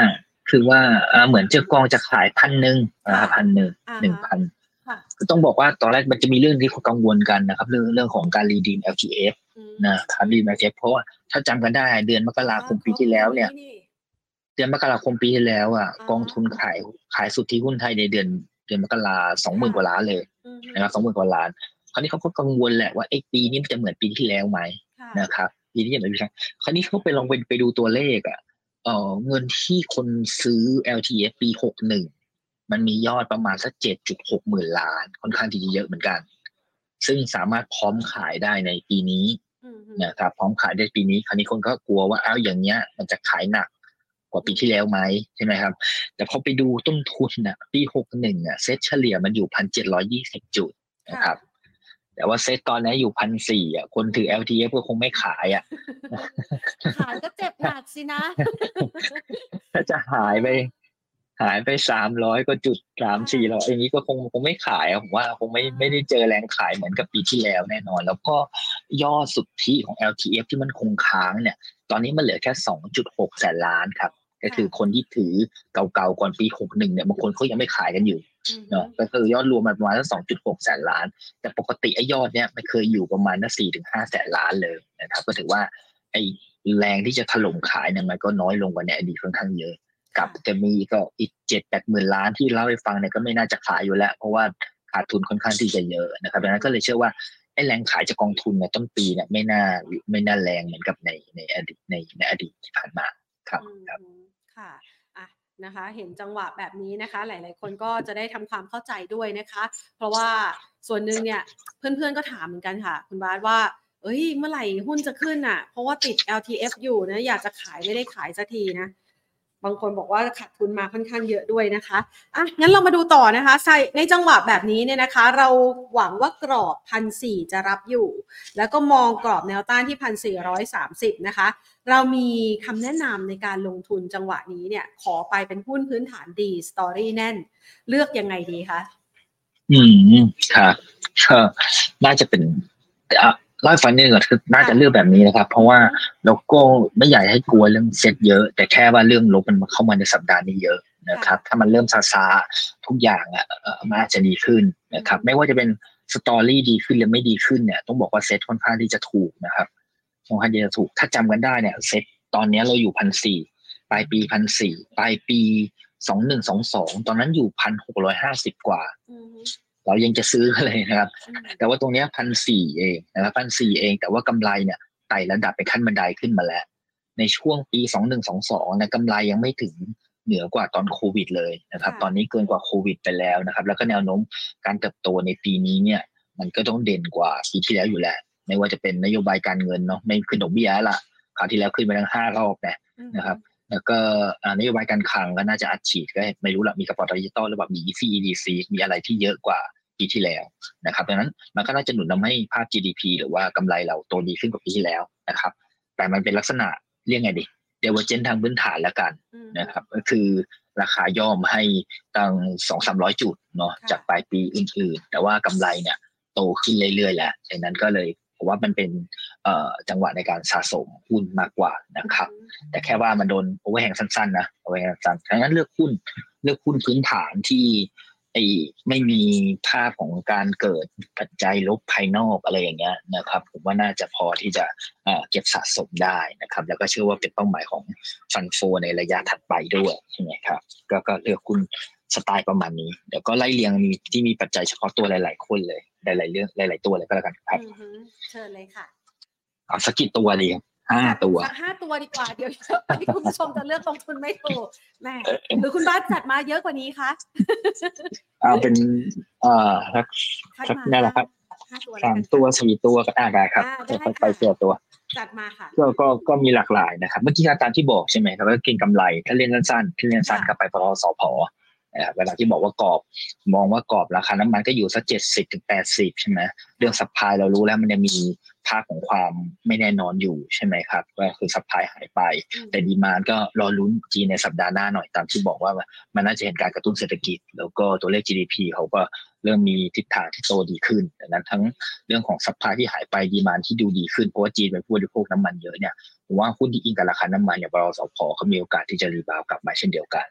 คือว่าอ่าเหมือนเจ้ากองจะขายพันหนึ่งอ่าค่ะพันหนึ่งอ่าหนึ่งฮะพันค่ะก็ต้องบอกว่าตอนแรกมันจะมีเรื่องที่เขากังวลกันนะครับ เรื่องเรื่องของการ redeem แอล ที เอฟอืมนะครับ redeem แอล ที เอฟ เพราะว่าถ้าจำกันได้เดือนมกราคมปีที่แล้วเนี่ย เดือนมกราคมปีที่แล้วอ่ะอ่าฮะกองทุนขายขายสุทธิหุ้นไทยในเดือนเดือนมกราสองหมื่นค่ะกว่าล้านเลยอือฮึนะครับ สองหมื่น กว่าล้าน คราวนี้เขาก็กังวลแหละว่าเอ๊ะปีนี้มันจะเหมือนปีที่แล้วไหมค่ะนะครับ ปีนี้จะเหมือนปีที่แล้ว คราวนี้เขาไปลองไปไปดูตัวเลขอะเอ่อเงินที่คนซื้อ แอล ที เอฟ ปี หกสิบเอ็ด มันมียอดประมาณสัก เจ็ดจุดหก หมื่นล้าน ค่อนข้างที่จะเยอะเหมือนกัน ซึ่งสามารถพร้อมขายได้ในปีนี้อือฮึนะครับ พร้อมขายได้ปีนี้ คราวนี้คนก็กลัวว่าอ้าวอย่างเงี้ยมันจะขายหนักกว่าปีที่แล้วไหมใช่ไหมครับ แต่พอไปดูต้นทุนน่ะปี หกสิบเอ็ด อะเซ็ตเฉลี่ยมันอยู่ หนึ่งพันเจ็ดร้อยยี่สิบ จุดนะค่ะครับ แต่ว่าเซ็ตตอนนี้อยู่ หนึ่งพันสี่ร้อย อะ คนถือ แอล ที เอฟ ก็คงไม่ขายอะขายก็เจ็บหนักสินะถ้าจะหายไปเออหายไป สามร้อย กว่าจุด สามค่ะสี่ร้อย อย่างงี้ก็คงคงไม่ขายอะ ผมว่าคงไม่ ไม่ได้เจอแรงขายเหมือนกับปีที่แล้วแน่นอน แล้วก็ยอดสุทธิของ แอล ที เอฟ ที่มันคงค้างเนี่ย ตอนนี้มันเหลือแค่ สองจุดหก แสนล้านครับ ก็คือคนที่ถือเก่าๆก่อนปี หกสิบเอ็ด เนี่ยบางคนเขายังไม่ขายกันอยู่อือฮึเนาะ ก็คือยอดรวมมันประมาณสัก สองจุดหก แสนล้าน แต่ปกติไอ้ยอดเนี้ยมันเคยอยู่ประมาณสัก สี่ถึงห้า แสนล้านเลยนะครับ ก็ถือว่าไอ้แรงที่จะถล่มขายเนี่ยมันก็น้อยลงกว่าในอดีตค่อนข้างเยอะ กับจะมีก็อีก เจ็ดแปด หมื่นล้านที่เล่าให้ฟังเนี่ยก็ไม่น่าจะขายอยู่แล้ว เพราะว่าขาดทุนค่อนข้างที่จะเยอะนะครับ ดังนั้นก็เลยเชื่อว่าไอ้แรงขายจากกองทุนในต้นปีเนี่ยไม่น่า ไม่น่าแรงเหมือนกับใน ในอดีต ใน ในอดีตที่ผ่านมา ครับอือครับฮึ ค่ะ อะ นะคะ เห็นจังหวะแบบนี้นะคะ หลาย ๆ คนก็จะได้ทำความเข้าใจด้วยนะคะ เพราะว่าส่วนหนึ่งเนี่ย เพื่อน ๆ ก็ถามเหมือนกันค่ะคุณบาสว่า เฮ้ย เมื่อไหร่หุ้นจะขึ้นน่ะ เพราะว่าติด แอล ที เอฟ อยู่นะ อยากจะขายไม่ได้ขายสักทีนะ บางคนบอกว่าขาดทุนมาค่อนข้างเยอะด้วยนะคะ อะ งั้นเรามาดูต่อนะคะ ใส่ ในจังหวะแบบนี้เนี่ยนะคะ เราหวังว่ากรอบ หนึ่งพันสี่ร้อย จะรับอยู่ แล้วก็มองกรอบแนวต้านที่ หนึ่งพันสี่ร้อยสามสิบ นะคะ เรามีคำแนะนำในการลงทุนจังหวะนี้เนี่ย ขอไปเป็นหุ้นพื้นฐานดี สตอรี่แน่น เลือกยังไงดีคะ? อืม ครับ ก็น่าจะเป็น อ่า เล่าให้ฟังนิดหนึ่งก่อน คือน่าจะเลือกแบบนี้นะครับ เพราะว่าเราก็ไม่อยากให้กลัวเรื่องเซตเยอะ แต่แค่ว่าเรื่องลบมันเข้ามาในสัปดาห์นี้เยอะนะครับ ถ้ามันเริ่มซา ๆ ทุกอย่างอะ เอ่อ มันอาจจะดีขึ้นนะครับ ไม่ว่าจะเป็น story ดีขึ้นหรือไม่ดีขึ้นเนี่ย ต้องบอกว่าเซตค่อนข้างที่จะถูกนะครับ ค่อนข้างที่จะถูก ถ้าจำกันได้เนี่ย เซตตอนนี้เราอยู่ หนึ่งพันสี่ร้อย ปลายปี หนึ่งพันสี่ร้อย ปลายปี สองพันหนึ่งร้อยยี่สิบสอง ตอนนั้นอยู่ หนึ่งพันหกร้อยห้าสิบ กว่าอือฮึเรายังจะซื้อกันเลยนะครับอืมแต่ว่าตรงเนี้ย หนึ่งพันสี่ร้อย เองนะครับ หนึ่งพันสี่ร้อย เอง แต่ว่ากำไรเนี่ยไต่ระดับเป็นขั้นบันไดขึ้นมาแล้ว ในช่วงปี สองพันหนึ่งร้อยยี่สิบสอง เนี่ยกำไรยังไม่ถึงเหนือกว่าตอนโควิดเลยนะครับค่ะตอนนี้เกินกว่าโควิดไปแล้วนะครับ แล้วก็แนวโน้มการเติบโตในปีนี้เนี่ยมันก็ต้องเด่นกว่าปีที่แล้วอยู่แล้ว ไม่ว่าจะเป็นนโยบายการเงินเนาะ ไม่ขึ้นดอกเบี้ยแล้วล่ะ คราวที่แล้วขึ้นไปทั้ง ห้า รอบแน่อือฮึนะครับ แล้วก็ อ่า นโยบายการคลังก็น่าจะอัดฉีด ก็ไม่รู้ล่ะ มีกระเป๋าดิจิทัลหรือเปล่า มี อี ซี อี ดี ซี มีอะไรที่เยอะกว่าปีที่แล้วนะครับ ดังนั้นมันก็น่าจะหนุนทำให้ภาพ จี ดี พี หรือว่ากำไรเราโตดีขึ้นกว่าปีที่แล้วนะครับ แต่มันเป็นลักษณะ เรียกไงดี divergence ทางพื้นฐานแล้วกันอือฮึนะครับ ก็คือราคาย่อมาให้ตั้ง สองร้อยสามร้อย จุดเนาะค่ะจากปลายปีอื่น ๆ แต่ว่ากำไรเนี่ยโตขึ้นเรื่อย ๆ แล้ว ดังนั้นก็เลยผมว่ามันเป็น เอ่อ จังหวะในการสะสมหุ้นมากกว่านะครับอือฮึแต่แค่ว่ามันโดน overhang สั้น ๆ นะ overhang สั้น ๆ ดังนั้นเลือกหุ้น เลือกหุ้นพื้นฐานที่ ไอ้ ไม่มีภาพของการเกิดปัจจัยลบภายนอก อะไรอย่างเงี้ยนะครับ ผมว่าน่าจะพอที่จะ เอ่อ เก็บสะสมได้นะครับ แล้วก็เชื่อว่าเป็นเป้าหมายของ Fund Flow ในระยะถัดไปด้วยใช่ไหมครับ ก็ ก็เลือกหุ้นสไตล์ประมาณนี้ เดี๋ยวก็ไล่เรียงมี ที่มีปัจจัยเฉพาะตัวหลาย ๆ คนเลย หลาย ๆ เรื่อง หลาย ๆ ตัวเลยก็แล้วกันครับอือฮึ เชิญเลยค่ะเอาสักกี่ตัวดี? ห้าจัดตัวสัก ห้า ตัวดีกว่า เดี๋ยว เยอะไป คุณผู้ชมจะเลือกลงทุนไม่ถูก แหม หรือคุณบาสจัดมาเยอะกว่านี้คะ? เอาเป็น เอ่อ สักคัดสักมานั่นแหละครับห้า ตัวแล้สาวกัมนตัวค่ะสี่ ตัวก็ อา ได้ครับอาค่ได้อย ๆ ไปค่ะทีละตัวจัดมาค่ะก็ ก็ ก็มีหลากหลายนะครับ เมื่อกี้ก็ตามที่บอกใช่ไหมครับว่าเก็งกำไร ถ้าเล่นสั้น ๆ ถ้าเล่นสั้นค่ะก็ไป ปต ท. สผ. นะครับ เวลาที่บอกว่ากรอบ มองว่ากรอบราคาน้ำมันก็อยู่สัก เจ็ดสิบถึงแปดสิบ ใช่ไหม เรื่อง ซัปพลาย เรารู้แล้วมันยังมีภาพของความไม่แน่นอนอยู่ใช่ไหมครับ ก็คือ ซัปพลาย หายไปอืมแต่ Demand ก็รอลุ้นจีนในสัปดาห์หน้าหน่อย ตามที่บอกว่า มันน่าจะเห็นการกระตุ้นเศรษฐกิจ แล้วก็ตัวเลข จี ดี พี เขาก็เริ่มมีทิศทางที่โตดีขึ้น ดังนั้นทั้งเรื่องของ ซัปพลาย ที่หายไป Demand ที่ดูดีขึ้น เพราะว่าจีนเป็นผู้บริโภคน้ำมันเยอะเนี่ย ผมว่าหุ้นที่อิงกับราคาน้ำมันอย่าง ปต ท. สผ. เขามีโอกาสที่จะ รีบาวด์ กลับมาเช่นเดียวกัน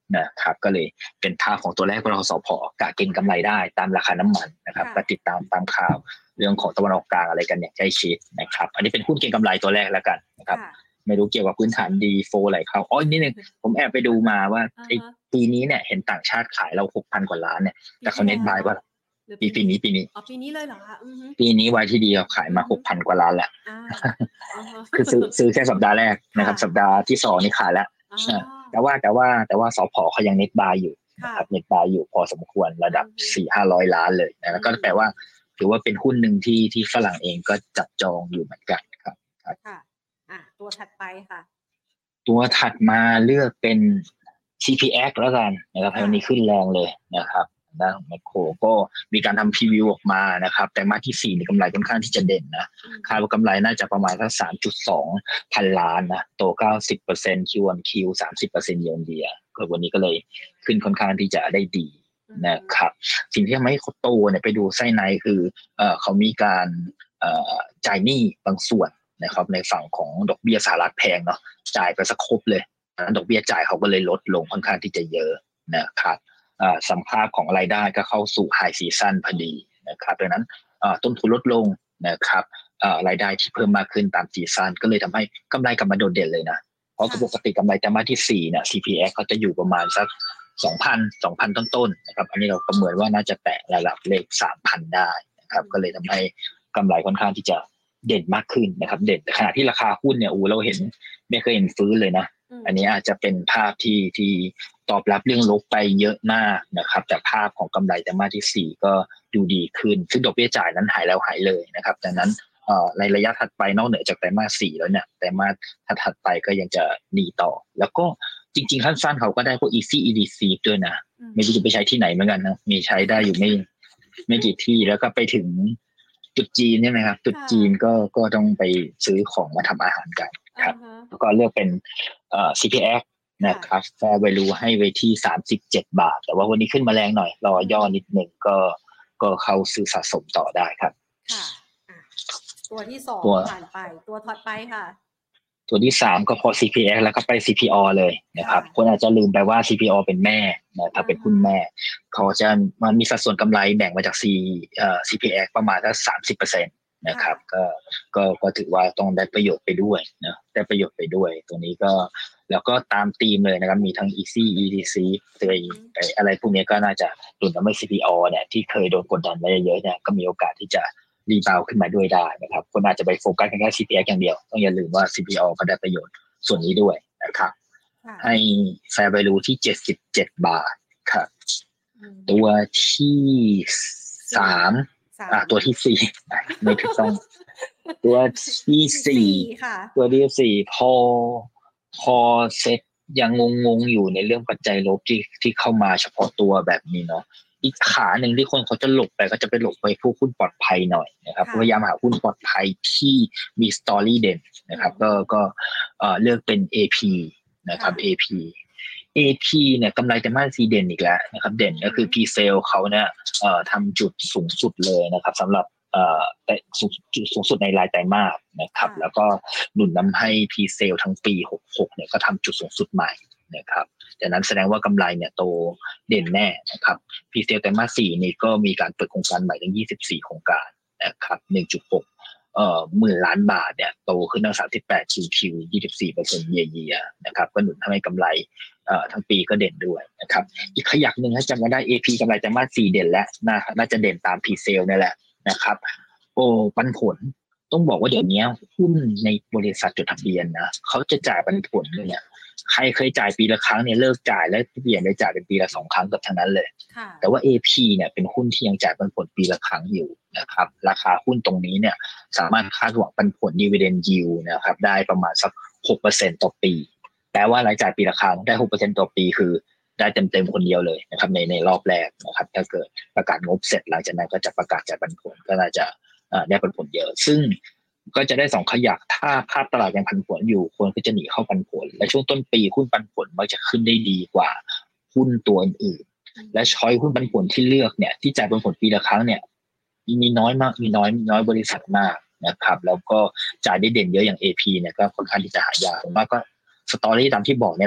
นะครับก็เลยเป็นภาพของตัวแรกบลสผ.กะเก็งกำไรได้ตามราคาน้ำมันนะครับก็ติดตามตามข่าวเรื่องของตะวันออกกลางอะไรกันอย่างใกล้ชิดนะครับอันนี้เป็นหุ้นเก็งกำไรตัวแรกแล้วกันนะครับไม่รู้เกี่ยวกับพื้นฐานดีโฟไหลเข้าอ๋อนิดนึงผมแอบไปดูมาว่าไอ้ปีนี้เนี่ยเห็นต่างชาติขายเรา หกพัน กว่าล้านเนี่ยแต่เขาเน็ตบายว่าปีปีนี้ปีนี้อ๋อปีนี้เลยเหรอคะปีนี้ วาย ที ดี เราขายมา หกพัน กว่าล้านแหละคือซื้อซื้อแค่สัปดาห์แรกนะครับสัปดาห์ที่สองนี่ขายแล้วแต่ว่าแต่ว่าแต่ว่าสผ.เขายังเน็ตบายอยู่นะครับเน็ตบายอยู่พอสมควรระดับ สี่ถึงห้าร้อย ล้านเลยนะแล้วก็แปลว่าถือว่าเป็นหุ้นหนึ่งที่ที่ฝรั่งเองก็จับจองอยู่เหมือนกันครับค่ะอ่ะตัวถัดไปค่ะตัวถัดมาเลือกเป็น ซี พี เอ็กซ์ แล้วกันนะครับวันนี้ขึ้นแรงเลยนะครับนะแมคโครก็มีการทำพรีวิวออกมานะครับแต่มาที่สี่ในกำไรค่อนข้างที่จะเด่นนะคาดว่ากำไรน่าจะประมาณสัก สามจุดสอง พันล้านนะโต เก้าสิบเปอร์เซ็นต์ Q on Q สามสิบเปอร์เซ็นต์ year on year ก็วันนี้ก็เลยขึ้นค่อนข้างที่จะได้ดีนะครับสิ่งที่ทำให้เขาโตเนี่ยไปดูไส้ในคือเอ่อเขามีการเอ่อจ่ายหนี้บางส่วนนะครับในฝั่งของดอกเบี้ยสหรัฐแพงเนาะจ่ายไปสักครบเลยดอกเบี้ยจ่ายเขาก็เลยลดลงค่อนข้างที่จะเยอะนะครับสัมภาษณ์ของรายได้ก็เข้าสู่ไฮซีซั่นพอดีนะครับดังนั้นต้นทุนลดลงนะครับรายได้ที่เพิ่มมากขึ้นตามซีซั่นก็เลยทำให้กำไรกลับมาโดดเด่นเลยนะเพราะปกติกำไรไตรมาสที่สี่เนี่ย ซี พี เอ็กซ์ เขาจะอยู่ประมาณสัก สองพัน สองพัน ต้นๆนะครับอันนี้เราประเมินว่าน่าจะแตะระดับเลข สามพัน ได้นะครับก็เลยทำให้กำไรค่อนข้างที่จะเด่นมากขึ้นนะครับเด่นขณะที่ราคาหุ้นเนี่ยอูเราเห็นไม่เคยเห็นฟื้นเลยนะอันนี้อาจจะเป็นภาพที่ที่ตอบรับเรื่องลบไปเยอะมากนะครับแต่ภาพของกำไรไตรมาสที่สี่ก็ดูดีขึ้นซึ่งดอกเบี้ยจ่ายนั้นหายแล้วหายเลยนะครับดังนั้นในระยะถัดไปนอกเหนือจากไตรมาสสี่แล้วเนี่ยไตรมาสถัดไปก็ยังจะดีต่อแล้วก็จริงๆขั้นสั้นเขาก็ได้พวก Easy อี ดี ซี ด้วยนะไม่รู้จะไปใช้ที่ไหนเหมือนกันนะมีใช้ได้อยู่ไม่ไม่กี่ที่แล้วก็ไปถึงจุดจีนใช่ไหมครับจุดจีนก็ก็ต้องไปซื้อของมาทำอาหารกันครับแล้วก็เลือกเป็นเอ่อ ซี พี เอ็กซ์ นะครับ Fair Value ให้ไว้ที่สามสิบเจ็ดบาทแต่ว่าวันนี้ขึ้นมาแรงหน่อยรอย่อนิดนึงก็ก็เข้าซื้อสะสมต่อได้ครับค่ะตัวที่สองผ่านไปตัวถัดไปค่ะตัวที่สามก็พอ ซี พี เอ็กซ์ แล้วก็ไป ซี พี ออ เลยนะครับคนอาจจะลืมไปว่า ซี พี ออ เป็นแม่นะถ้าเป็นหุ้นแม่เขาจะมันมีสัดส่วนกำไรแบ่งมาจาก C เอ่อ ซี พี เอ็กซ์ ประมาณสัก สามสิบเปอร์เซ็นต์ นะครับก็ก็ก็ถือว่าต้องได้ประโยชน์ไปด้วยนะได้ประโยชน์ไปด้วยตัวนี้ก็แล้วก็ตามธีมเลยนะครับมีทั้ง Easy อี ดี ซี อะไรพวกนี้ก็น่าจะหนุนทำให้ ซี พี ออ เนี่ยที่เคยโดนกดดันไว้เยอะๆเนี่ยก็มีโอกาสที่จะรีบาวขึ้นมาด้วยได้นะครับคนอาจจะไปโฟกัสแค่ ซี พี เอ็กซ์ อย่างเดียวต้องอย่าลืมว่า ซี พี ออ ก็ได้ประโยชน์ส่วนนี้ด้วยนะครับให้ Fair Value ที่เจ็ดสิบเจ็ดบาทครับตัวที่สามอ่ะตัวที่สี่ไม่ถูกต้องตัวที่สี่ตัวที่สี่พอพอเซ็ตยังงงๆอยู่ในเรื่องปัจจัยลบที่ที่เข้ามาเฉพาะตัวแบบนี้เนาะอีกขาหนึ่งที่คนเขาจะหลบไปก็จะไปหลบไปพวกหุ้นปลอดภัยหน่อยนะครับพยายามหาหุ้นปลอดภัยที่มีสตอรี่เด่นนะครับก็ก็เอ่อเลือกเป็น เอ พี นะครับ เอ พี เอ พี เนี่ยกำไรไตรมาสสี่เด่นอีกแล้วนะครับเด่นก็คือ P-Sale เขาเนี่ยเอ่อทำจุดสูงสุดเลยนะครับสำหรับเอ่อแต่จุดสูงสุดในรายไตรมาสนะครับแล้วก็หนุนนำให้ P-Sale ทั้งปีหกสิบหกเนี่ยก็ทำจุดสูงสุดใหม่นะครับดังนั้นแสดงว่ากำไรเนี่ยโตเด่นแน่นะครับ P-Sale ไตรมาสสี่นี่ก็มีการเปิดโครงการใหม่ถึงยี่สิบสี่โครงการนะครับ หนึ่งจุดหกเอ่อหมื่นล้านบาทเนี่ยโตขึ้นตั้งสามสิบแปด คิว คิว ยี่สิบสี่เปอร์เซ็นต์ year year นะครับก็หนุนทำให้กำไรเอ่อทั้งปีก็เด่นด้วยนะครับอีกขยักหนึ่งถ้าจำกันได้ เอ พี กำไรไตรมาสสี่เด่นแล้วน่าน่าจะเด่นตาม P-Sale นี่แหละนะครับโอ้ปันผลต้องบอกว่าเดี๋ยวนี้หุ้นในบริษัทจดทะเบียนนะเขาจะจ่ายปันผลเนี่ยใครเคยจ่ายปีละครั้งเนี่ยเลิกจ่ายแล้วเปลี่ยนไปจ่ายเป็นปีละสองครั้งกับทั้งนั้นเลยแต่ว่า เอ พี เนี่ยเป็นหุ้นที่ยังจ่ายปันผลปีละครั้งอยู่นะครับราคาหุ้นตรงนี้เนี่ยสามารถคาดหวังปันผล dividend yield นะครับได้ประมาณสัก หกเปอร์เซ็นต์ ต่อปีแปลว่ารายจ่ายปีละครั้งได้ หกเปอร์เซ็นต์ ต่อปีคือได้เต็มๆคนเดียวเลยนะครับในในรอบแรกนะครับถ้าเกิดประกาศงบเสร็จหลังจากนั้นก็จะประกาศจ่ายปันผลก็น่าจะได้ปันผลเยอะซึ่งก็จะได้สองขยักถ้าภาพตลาดยังผันผวนอยู่คนก็จะหนีเข้าปันผลและช่วงต้นปีหุ้นปันผลมักจะขึ้นได้ดีกว่าหุ้นตัวอื่นๆและช้อยหุ้นปันผลที่เลือกเนี่ยที่จ่ายปันผลปีละครั้งเนี่ยมีน้อยมากมีน้อยน้อยบริษัทมากนะครับแล้วก็จ่ายได้เด่นเยอะอย่าง เอ พี เนี่ยก็ค่อนข้างที่จะหายากผมว่าก็สตอรี่ตามที่บอกนี่แหละ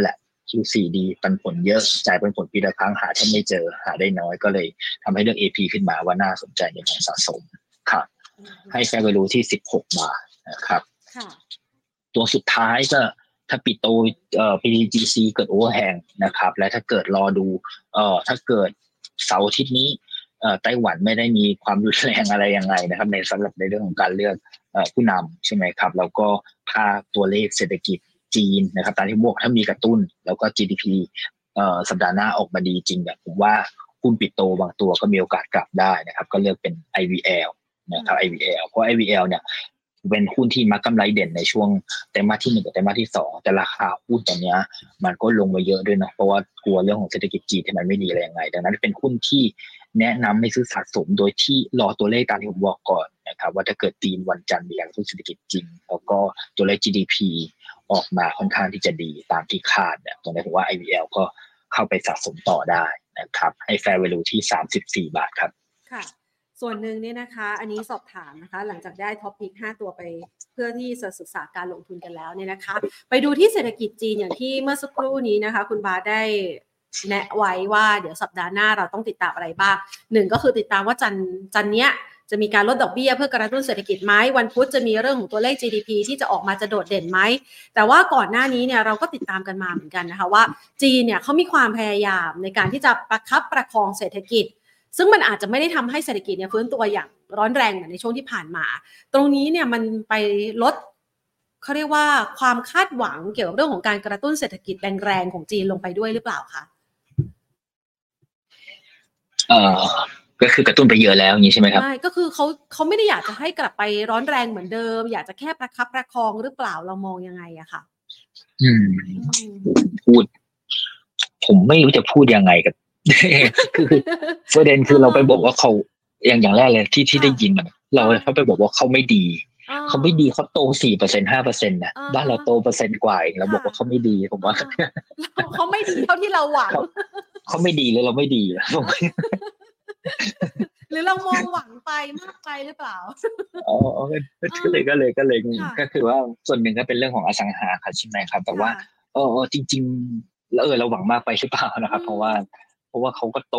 คิว โฟร์ ดีปันผลเยอะจ่ายปันผลปีละครั้งหาแทบไม่เจอหาได้น้อยก็เลยทำให้เลือก เอ พี ขึ้นมาว่าน่าสนใจในการสะสมครับให้ fair value ที่สิบหกบาทนะครับตัวสุดท้ายก็ถ้าปิโตเอ่อ พี ที จี ซี เกิดโอเวอร์แฮงนะครับและถ้าเกิดรอดูเอ่อถ้าเกิดเสาร์อาทิตย์นี้เอ่อไต้หวันไม่ได้มีความรุนแรงอะไรยังไงนะครับในสำหรับในเรื่องของการเลือกเอ่อผู้นำใช่ไหมครับแล้วก็ภาพตัวเลขเศรษฐกิจจีนนะครับตามที่บอกถ้ามีกระตุ้นแล้วก็ จี ดี พี เอ่อสัปดาห์หน้าออกมาดีจริงเนี่ยผมว่าหุ้นปิโตบางตัวก็มีโอกาสกลับได้นะครับก็เลือกเป็น ไอ วี แอล นะครับ ไอ วี แอล เพราะ ไอ วี แอล เนี่ยเป็นหุ้นที่มักกำไรเด่นในช่วงไตรมาสที่หนึ่งกับไตรมาสที่สองแต่ราคาหุ้นตอนนี้มันก็ลงมาเยอะด้วยนะเพราะว่ากลัวเรื่องของเศรษฐกิจจีนที่มันไม่ดีอะไรยังไงดังนั้นเป็นหุ้นที่แนะนำให้ซื้อสะสมโดยที่รอตัวเลขตามที่ผมบอกก่อนนะครับว่าถ้าเกิดจีนวันจันทร์มีการกระตุ้นเศรษฐกิจจริงแล้วก็ตัวเลข จี ดี พี ออกมาค่อนข้างที่จะดีตามที่คาดเนี่ยตรงนี้ผมว่า ไอ วี แอล ก็เข้าไปสะสมต่อได้นะครับให้ fair value ที่สามสิบสี่บาทครับค่ะส่วนหนึ่งเนี่ยนะคะอันนี้สอบถามนะคะหลังจากได้ท็อปพิกห้าตัวไปเพื่อที่จะศึกษาการลงทุนกันแล้วเนี่ยนะคะไปดูที่เศรษฐกิจจีนอย่างที่เมื่อสักครู่นี้นะคะคุณบาสได้แนะไว้ว่าเดี๋ยวสัปดาห์หน้าเราต้องติดตามอะไรบ้างหนึ่งก็คือติดตามว่าจันจันเนี้ยจะมีการลดดอกเบี้ยเพื่อกระตุ้นเศรษฐกิจไหมวันพุธจะมีเรื่องของตัวเลข จี ดี พี ที่จะออกมาจะโดดเด่นไหมแต่ว่าก่อนหน้านี้เนี่ยเราก็ติดตามกันมาเหมือนกันนะคะว่าจีนเนี่ยเขามีความพยายามในการที่จะประคับประคองเศรษฐกิจซึ่งมันอาจจะไม่ได้ทำให้เศรษฐกิจเนี่ยฟื้นตัวอย่างร้อนแรงเหมือนในช่วงที่ผ่านมาตรงนี้เนี่ยมันไปลดเขาเรียกว่าความคาดหวังเกี่ยวกับเรื่องของการกระตุ้นเศรษฐกิจแรงๆของจีนลงไปด้วยหรือเปล่าคะเอ่อก็คือกระตุ้นไปเยอะแล้วอย่างนี้ใช่ไหมครับใช่ก็คือเขาเขาไม่ได้อยากจะให้กลับไปร้อนแรงเหมือนเดิมอยากจะแค่ประคับประคองหรือเปล่าเรามองยังไงอะค่ะอืมพูดผมไม่รู้จะพูดยังไงกับคือประเด็นคือเราไปบอกว่าเขาอย่างอย่างแรกเลยที่ที่ได้ยินมันเราเขาไปบอกว่าเขาไม่ดีเขาไม่ดีเขาโต สี่เปอร์เซ็นต์ ห้าเปอร์เซ็นต์ นะบ้านเราโตเปอร์เซ็นต์กว่าเราบอกว่าเขาไม่ดีผมว่าเขาไม่ดีเท่าที่เราหวังเขาไม่ดีเลยเราไม่ดีหรือเรามองหวังไปมากไปหรือเปล่าอ๋อก็เลยก็เลยก็เลยก็คือว่าส่วนหนึ่งก็เป็นเรื่องของอสังหาค่ะใช่ไหมครับแต่ว่าเออจริงๆแล้วเออเราหวังมากไปหรือเปล่านะครับเพราะว่าเพราะว่าเขาก็โต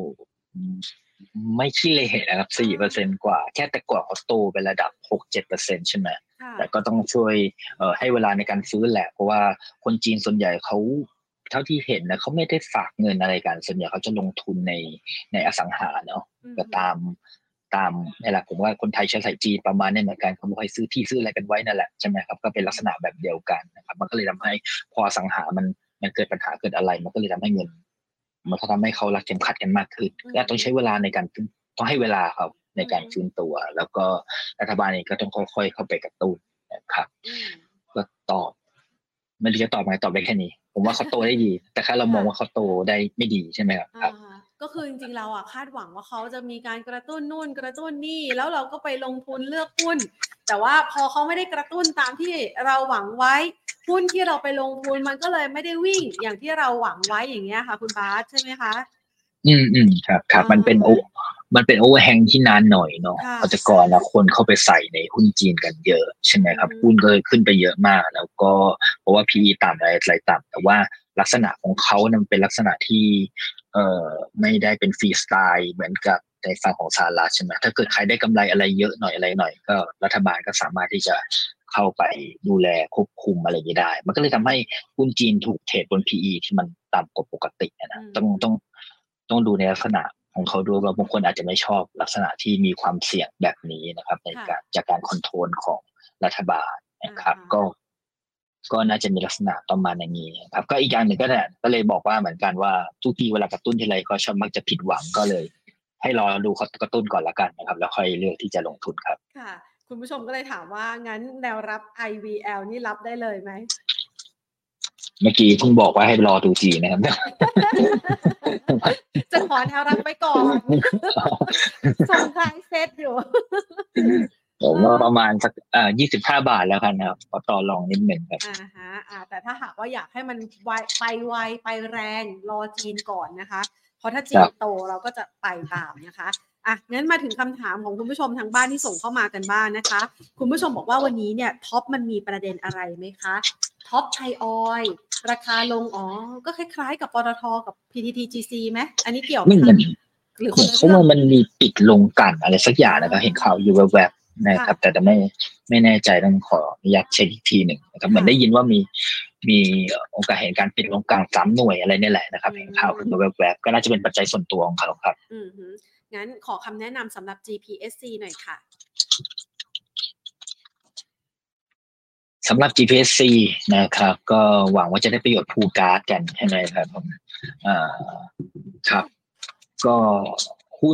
ไม่ขี้เหร่นะครับ สี่เปอร์เซ็นต์ กว่าแค่แต่ก่อนเขาโตเป็นระดับ หกเจ็ดเปอร์เซ็นต์ ใช่ไหมแต่ก็ต้องช่วยเอ่อให้เวลาในการฟื้นแหละเพราะว่าคนจีนส่วนใหญ่เขาเท่าที่เห็นนะเขาไม่ได้ฝากเงินอะไรกันส่วนใหญ่เขาจะลงทุนในในอสังหาเนาะก็ตามตามนี่แหละผมว่าคนไทยเชื้อสายจีนประมาณนี้เหมือนกันเขาไม่ค่อยซื้อที่ซื้ออะไรกันไว้นั่นแหละใช่ไหมครับก็เป็นลักษณะแบบเดียวกันนะครับมันก็เลยทำให้พออสังหามันมันเกิดปัญหาเกิดอะไรมันก็เลยทำให้เงินมันก็ทำให้เขารักเข็มขัดกันมากขึ้นและต้องใช้เวลาในการต้องให้เวลาเขาในการฟื้นตัวแล้วก็รัฐบาลเองก็ต้องค่อยๆเข้าไปกระตุ้นนะครับก็ตอบไม่รู้จะตอบไงตอบได้แค่นี้ผมว่าเขาโตได้ดีแต่แค่เรามองว่าเขาโตได้ไม่ดีใช่ไหมครับก็คือจริงๆเราอ่ะคาดหวังว่าเขาจะมีการกระตุ้นนู่นกระตุ้นนี่แล้วเราก็ไปลงทุนเลือกหุ้นแต่ว่าพอเขาไม่ได้กระตุ้นตามที่เราหวังไว้หุ้นที่เราไปลงทุนมันก็เลยไม่ได้วิ่งอย่างที่เราหวังไว้อย่างเงี้ยค่ะคุณบาสใช่ไหมคะอืมอืมครับครับมันเป็นโอมันเป็นโอเวอร์แฮงที่นานหน่อยเนาะเพราะแต่ก่อนนะคนเข้าไปใส่ในหุ้นจีนกันเยอะใช่ไหมครับหุ้นก็เลยขึ้นไปเยอะมากแล้วก็เพราะว่า พี อี ต่ำอะไรอะไรต่ำแต่ว่าลักษณะของเขามันเป็นลักษณะที่เอ่อไม่ได้เป็นฟรีสไตล์เหมือนกับในฝั่งของสหรัฐใช่ไหมถ้าเกิดใครได้กำไรอะไรเยอะหน่อยอะไรหน่อยก็รัฐบาลก็สามารถที่จะเข้าไปดูแลควบคุมอะไรอย่างนี้ได้มันก็เลยทำให้หุ้นจีนถูกเทรดบน พี อี ที่มันต่ำกว่าปกตินะต้องต้องต้องดูในลักษณะของเขาด้วยว่าบางคนอาจจะไม่ชอบลักษณะที่มีความเสี่ยงแบบนี้นะครับในการจากการคอนโทรลของรัฐบาลนะครับก็ก็น่าจะมีลักษณะประมาณอย่างนี้ครับก็อีกอย่างหนึ่งก็เนี่ยก็เลยบอกว่าเหมือนกันว่าทุกทีเวลากระตุ้นทีไรก็ชอบมักจะผิดหวังก็เลยให้รอดูเขากระตุ้นก่อนละกันนะครับแล้วค่อยเลือกที่จะลงทุนครับค่ะคุณผู้ชมก็เลยถามว่างั้นแนวรับ ไอ วี แอล นี่รับได้เลยไหมเมื่อกี้เพิ่งบอกว่าให้รอดูจีนะครับจะขอแนวรับไปก่อนส่งท้ายเซตอยู่ผมว่าประมาณสักอ่ายี่สิบห้าบาทแล้วกันครับพอต่อรองนิดหนึ่งครับอ่าฮะอ่าแต่ถ้าหากว่าอยากให้มันไวไปไวไปแรงรอจีนก่อนนะคะเพราะถ้าจีนโตเราก็จะไปตามนะคะอ่ะงั้นมาถึงคำถามของคุณผู้ชมทางบ้านที่ส่งเข้ามากันบ้าง น, นะคะคุณผู้ชมบอกว่าวันนี้เนี่ยท็อปมันมีประเด็นอะไรไหมคะท็อปไทยออยล์ราคาลงอ๋อก็คล้ายๆกับปตทกับ พี ที ที จี ซี ไหมอันนี้เกี่ยวไหมไม่เหมืคะอนหรือผมเพราะว่ามันมีปิดลงกลั่นอะไรสักอย่างนะครับเห็นข่าวอยู่แวบๆนะครับแต่แต่ไม่ไม่แน่ใจต้องขออนุญาตเช็คอีกทีหนึ่งนะครับเหมือนได้ยินว่ามีมีโอกาสเห็นการปิดลงกลั่นสามหน่วยอะไรเนี่ยแหละนะครับเห็นข่าวขึ้นมาแวบๆก็น่าจะเป็นปัจจัยส่วนตัวของเขาครับอือฮึงั้นขอคำแนะนำสำหรับ จี พี เอส ซี หน่อยค่ะสำหรับ จี พี เอส ซี นะครับก็หวังว่าจะได้ประโยชน์พูลการ์ดกันใช่ไหมครับผมอ่าครับก็หุ้น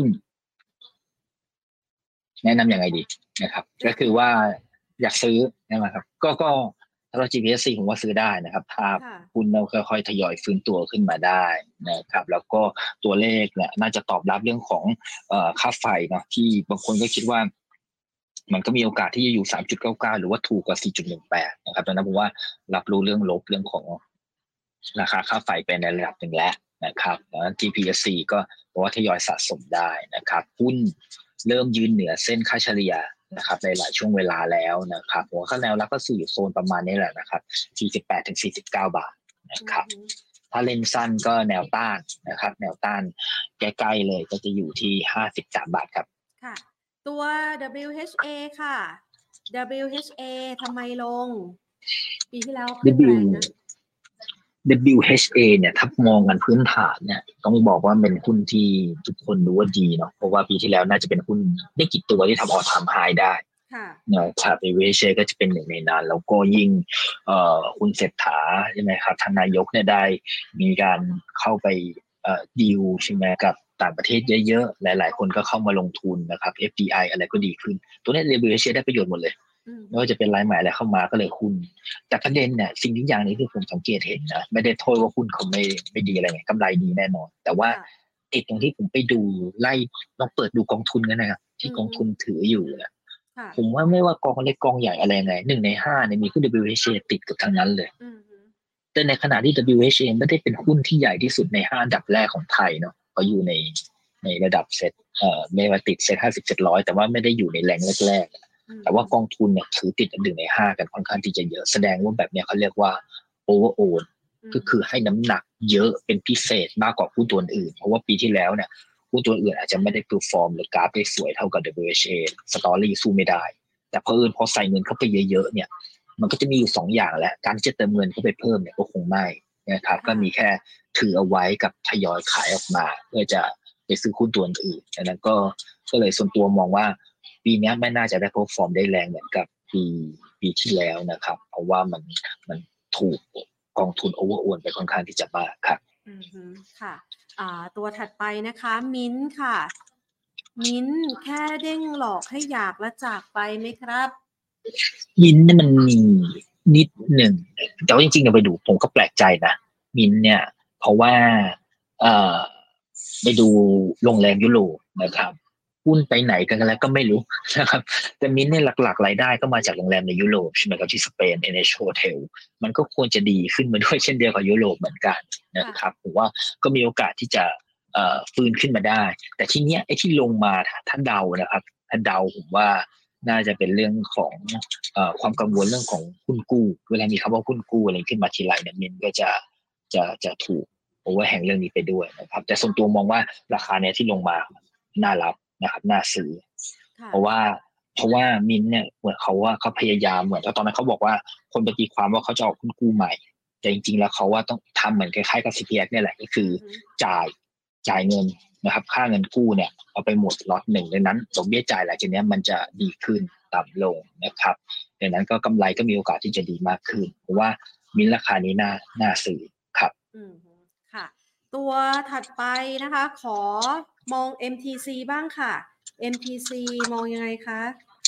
แนะนำยังไงดีนะครับก็คือว่าอยากซื้อใช่ไหมครับก็ก็สำหรับ จี พี เอส ซี ผมว่าซื้อได้นะครับถ้าหุ้นเราค่อยๆทยอยฟื้นตัวขึ้นมาได้นะครับแล้วก็ตัวเลขเนี่ยน่าจะตอบรับเรื่องของเอ่อค่าไฟเนาะที่บางคนก็คิดว่ามันก็มีโอกาสที่จะอยู่ สามจุดเก้าเก้า หรือว่าถูกกว่า สี่จุดหนึ่งแปด นะครับดังนั้นผมว่ารับรู้เรื่องลบเรื่องของราคาค่าไฟไปในระดับหนึ่งแล้วนะครับดังนั้น จี พี เอส ซี ก็บอกว่าทยอยสะสมได้นะครับหุ้นเริ่มยืนเหนือเส้นค่าเฉลี่ยนะครับในหลายช่วงเวลาแล้วนะครับหัวข้อแนวรับก็สู่อยู่โซนประมาณนี้แหละนะครับ สี่สิบแปดถึงสี่สิบเก้า บาทนะครับถ้าเล่นสั้นก็แนวต้านนะครับแนวต้านใกล้ๆเลยก็จะอยู่ที่ห้าสิบสามบาทครับค่ะตัว ดับเบิลยู เอช เอ ค่ะ ดับเบิลยู เอช เอ ทำไมลงปีที่แล้วขึ้นแรงนะดับเบิลยู เอช เอ เนี่ยถ้ามองกันพื้นฐานเนี่ยต้องบอกว่าเป็นหุ้นที่ทุกคนรู้ว่าดีเนาะเพราะว่าปีที่แล้วน่าจะเป็นหุ้นไม่กี่ตัวที่ทำออลไทม์ไฮได้นะครับ ดับเบิลยู เอช เอ ก็จะเป็นหนึ่งในนั้นแล้วก็ยิ่งเอ่อคุณเศรษฐาใช่ไหมครับท่านนายกเนี่ยได้มีการเข้าไปเอ่อดีลใช่ไหมกับต่างประเทศเยอะๆหลายๆคนก็เข้ามาลงทุนนะครับ เอฟ ดี ไอ อะไรก็ดีขึ้นตัวนี้ ดับเบิลยู เอช เอ ได้ประโยชน์หมดเลยไม่ว่าจะเป็นรายใหม่อะไรเข้ามาก็เลยหุ้นแต่ประเด็นเนี่ยสิ่งที่อย่างนี้ที่ผมสังเกตเห็นนะไม่ได้โทษว่าหุ้นเขาไม่ไม่ดีอะไรไงกำไรดีแน่นอนแต่ว่าติดตรงที่ผมไปดูไล่ลองเปิดดูกองทุนกันนะครับที่กองทุนถืออยู่เนี่ยผมว่าไม่ว่ากองเล็กกองใหญ่อะไรไงหนึ่งในห้าเนี่ยมีหุ้น ดับเบิลยู เอช เอ ติดกับทั้งนั้นเลยแต่ในขณะที่ ดับเบิลยู เอช เอ ไม่ได้เป็นหุ้นที่ใหญ่ที่สุดในห้าอันดับแรกของไทยเนาะก็อยู่ในในระดับเซ็ตเอ่อไม่ว่าติดเซ็ตห้าสิบเจ็ดร้อยแต่ว่าไม่ได้อยู่ในแรงแรกๆแต่ว่ากองทุนเนี่ยถือติดอันหนึ่งในห้ากันค่อนข้างที่จะเยอะแสดงว่าแบบเนี้ยเขาเรียกว่า over own ก็คือให้น้ำหนักเยอะเป็นพิเศษมากกว่าหุ้นตัวอื่นเพราะว่าปีที่แล้วเนี่ยหุ้นตัวอื่นอาจจะไม่ได้เพอร์ฟอร์มหรือกราฟได้สวยเท่ากับ ดับเบิลยู เอช เอ สตอรี่สู้ไม่ได้แต่เพอิญพอใส่เงินเข้าไปเยอะๆเนี่ยมันก็จะมีอยู่สองอย่างแหละการที่จะเติมเงินเข้าไปเพิ่มเนี่ยก็คงไม่นะครับก็มีแค่ถือเอาไว้กับทยอยขายออกมาเพื่อจะไปซื้อหุ้นตัวอื่นดังนั้นก็ก็เลยส่วนตัวมองว่าปีนี้ไม่น่าจะได้เพอร์ฟอร์มได้แรงเหมือนกับปีปีที่แล้วนะครับเพราะว่ามันมันถูกกองทุนโอเวอร์โอนไปค่อนข้างที่จะมากครับอือฮึค่ะอ่าตัวถัดไปนะคะมิ้นค่ะมิ้นแค่เด้งหลอกให้อยากและจากไปไหมครับมิ้นเนี่ยมันมีนิดหนึ่งแต่ว่าจริงๆเราไปดูผมก็แปลกใจนะมิ้นเนี่ยเพราะว่าเอ่อไปดูโรงแรมยุโรปนะครับหุ้นไปไหนกันแล้วก็ไม่รู้นะครับแต่มิ้นเนี่ยหลักๆรายได้ก็มาจากโรงแรมในยุโรปใช่ไหมครับที่สเปน เอ็น เอช Hotel มันก็ควรจะดีขึ้นมาด้วยเช่นเดียวกับยุโรปเหมือนกันนะครับผมว่าก็มีโอกาสที่จะเอ่อฟื้นขึ้นมาได้แต่ที่เนี้ยไอ้ที่ลงมาถ้าเดานะครับถ้าเดาผมว่าน่าจะเป็นเรื่องของเอ่อความกังวลเรื่องของหุ้นกู้เวลามีคำว่าหุ้นกู้อะไรขึ้นมาทีไรเนี่ยมิ้นก็จะจะจะถูกโอเวอร์แฮงเรื่องนี้ไปด้วยนะครับแต่ส่วนตัวมองว่าราคาเนี้ยที่ลงมาน่ารับนะครับน่าซื้อเพราะว่าเพราะว่ามินเนี่ยเหมือนเขาว่าเขาพยายามเหมือนตอนนั้นเขาบอกว่าคนไปตีความว่าเขาจะออกหุ้นกู้ใหม่แต่จริงๆแล้วเขาว่าต้องทำเหมือนคล้ายๆกับ ซี พี เอส เนี่ยแหละก็คือจ่ายจ่ายเงินนะครับค่าเงินกู้เนี่ยเอาไปหมดล็อตหนึ่งดังนั้นดอกเบี้ยจ่ายหลังจากนี้มันจะดีขึ้นต่ำลงนะครับดังนั้นก็กำไรก็มีโอกาสที่จะดีมากขึ้นเพราะว่ามินราคานี้น่าน่าซื้อครับอืมค่ะตัวถัดไปนะคะขอมอง เอ็ม ที ซี บ้างค่ะ เอ็ม ที ซี มองยังไงคะ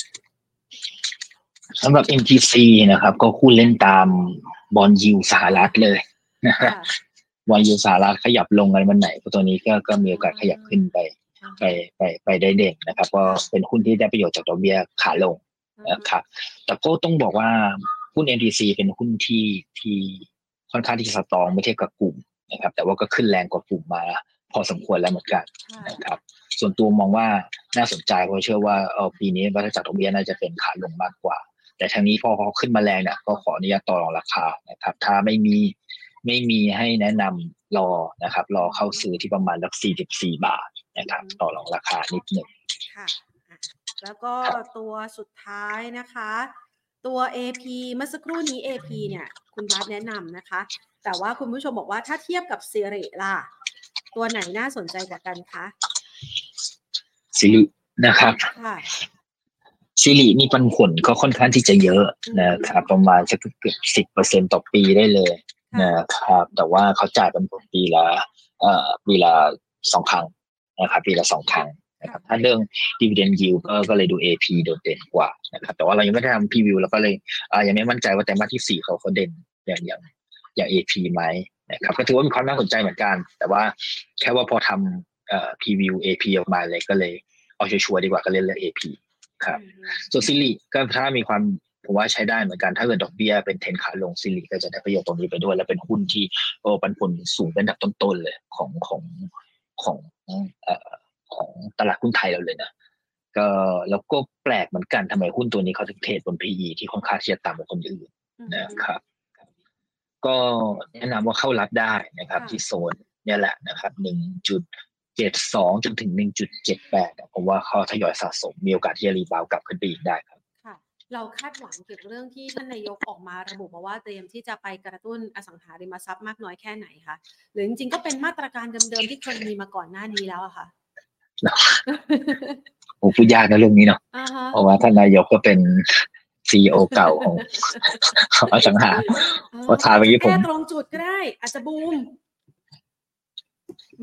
สำหรับ เอ็ม ที ซี นะครับก็คู่เล่นตามบอนด์ยิลด์สหรัฐเลยนะครับบอนด์ยิลด์สหรัฐขยับลงกันวันไหนตัวนี้ก็ก็มีโอกาสขยับขึ้นไปไปไปไปได้เด่นนะครับก็เป็นหุ้นที่ได้ประโยชน์จากดอกเบี้ยขาลงนะครับแต่ก็ต้องบอกว่าหุ้น เอ็ม ที ซี เป็นหุ้นที่ที่ค่อนข้างที่จะสตรองไม่เทียบกับกลุ่มนะครับแต่ว่าก็ขึ้นแรงกว่ากลุ่มมาพอสมควรแล้วเหมือนกันนะครับส่วนตัวมองว่าน่าสนใจเพราะเชื่อว่าเออปีนี้วัฏจักรดอกเบี้ยน่าจะเป็นขาลงมากกว่าแต่ทางนี้พอเขาขึ้นมาแรงเนี่ยก็ขออนุญาตต่อรองราคานะครับถ้าไม่มีไม่มีให้แนะนำรอนะครับรอเข้าซื้อที่ประมาณสักสี่สิบสี่บาทนะครับต่อรองราคานิดหนึ่งค่ะแล้วก็ตัวสุดท้ายนะคะตัว เอ พี เมื่อสักครู่นี้ เอ พี เนี่ยคุณบาสแนะนำนะคะแต่ว่าคุณผู้ชมบอกว่าถ้าเทียบกับซิริล่ะตัวไหนน่าสนใจกว่ากันคะซิรินะครับซิรินี่ปันผลก็ค่อนข้างที่จะเยอะนะครับประมาณสักเกือบสิบเปอร์เซ็นต์ต่อปีได้เลยนะครับแต่ว่าเขาจ่ายปันผลปีละเอ่อปีละสองครั้งนะครับปีละสองครั้งนะครับถ้าเรื่อง dividend yield ก็ก็เลยดู เอ พี โดดเด่นกว่านะครับแต่ว่าเรายังไม่ได้ทำ preview เราก็เลยอ่ายังไม่มั่นใจว่าไตรมาสที่สี่เขาเขาเด่นอย่างอย่างอย่าง เอ พี ไหมนะครับก็ถือว่ามีความน่าสนใจเหมือนกันแต่ว่าแค่ว่าพอทำเอ่อ preview เอ พี ออกมาเลยก็เลยเอาชัวร์ๆดีกว่าก็เลยเลือก เอ พี ครับส่วนซิริก็ถ้ามีความผมว่าใช้ได้เหมือนกันถ้าเกิดดอกเบี้ยเป็นเทรนขาลงซิริก็จะได้ประโยชน์ตรงนี้ไปด้วยและเป็นหุ้นที่โอ้ปันผลสูงเป็นอันดับต้นๆเลยของของของเอ่อของตลาดหุ้นไทยเราเลยนะก็แล้วก็แปลกเหมือนกันทำไมหุ้นตัวนี้เขาถึงเทรดบน พี อี ที่ค่อนข้างเฉียดต่ำกว่าคนอื่นนะครับก็แนะนำว่าเข้ารับได้นะครับที่โซนเนี่ยแหละนะครับหนึ่งจุดเจ็ดสองจนถึง หนึ่งจุดเจ็ดแปด ผมว่าเขาทยอยสะสมมีโอกาสที่จะรีบาวกลับขึ้นไปอีกได้ครับค่ะเราคาดหวังเกี่ยวกับเรื่องที่ท่านนายกออกมาระบุมาว่าเตรียมที่จะไปกระตุ้นอสังหาริมทรัพย์มากน้อยแค่ไหนคะหรือจริงๆก็เป็นมาตรการเดิมๆที่เคยมีมาก่อนหน้านี้แล้วอะค่ะโอ้พูดยากนะเรื่องนี้เนาะเพราะว่าท่านนายกก็เป็น ซี อี โอ เก่าของอสังหาพอทายเมื่อกี้ผมแค่ตรงจุดก็ได้อาจจะบูมไหม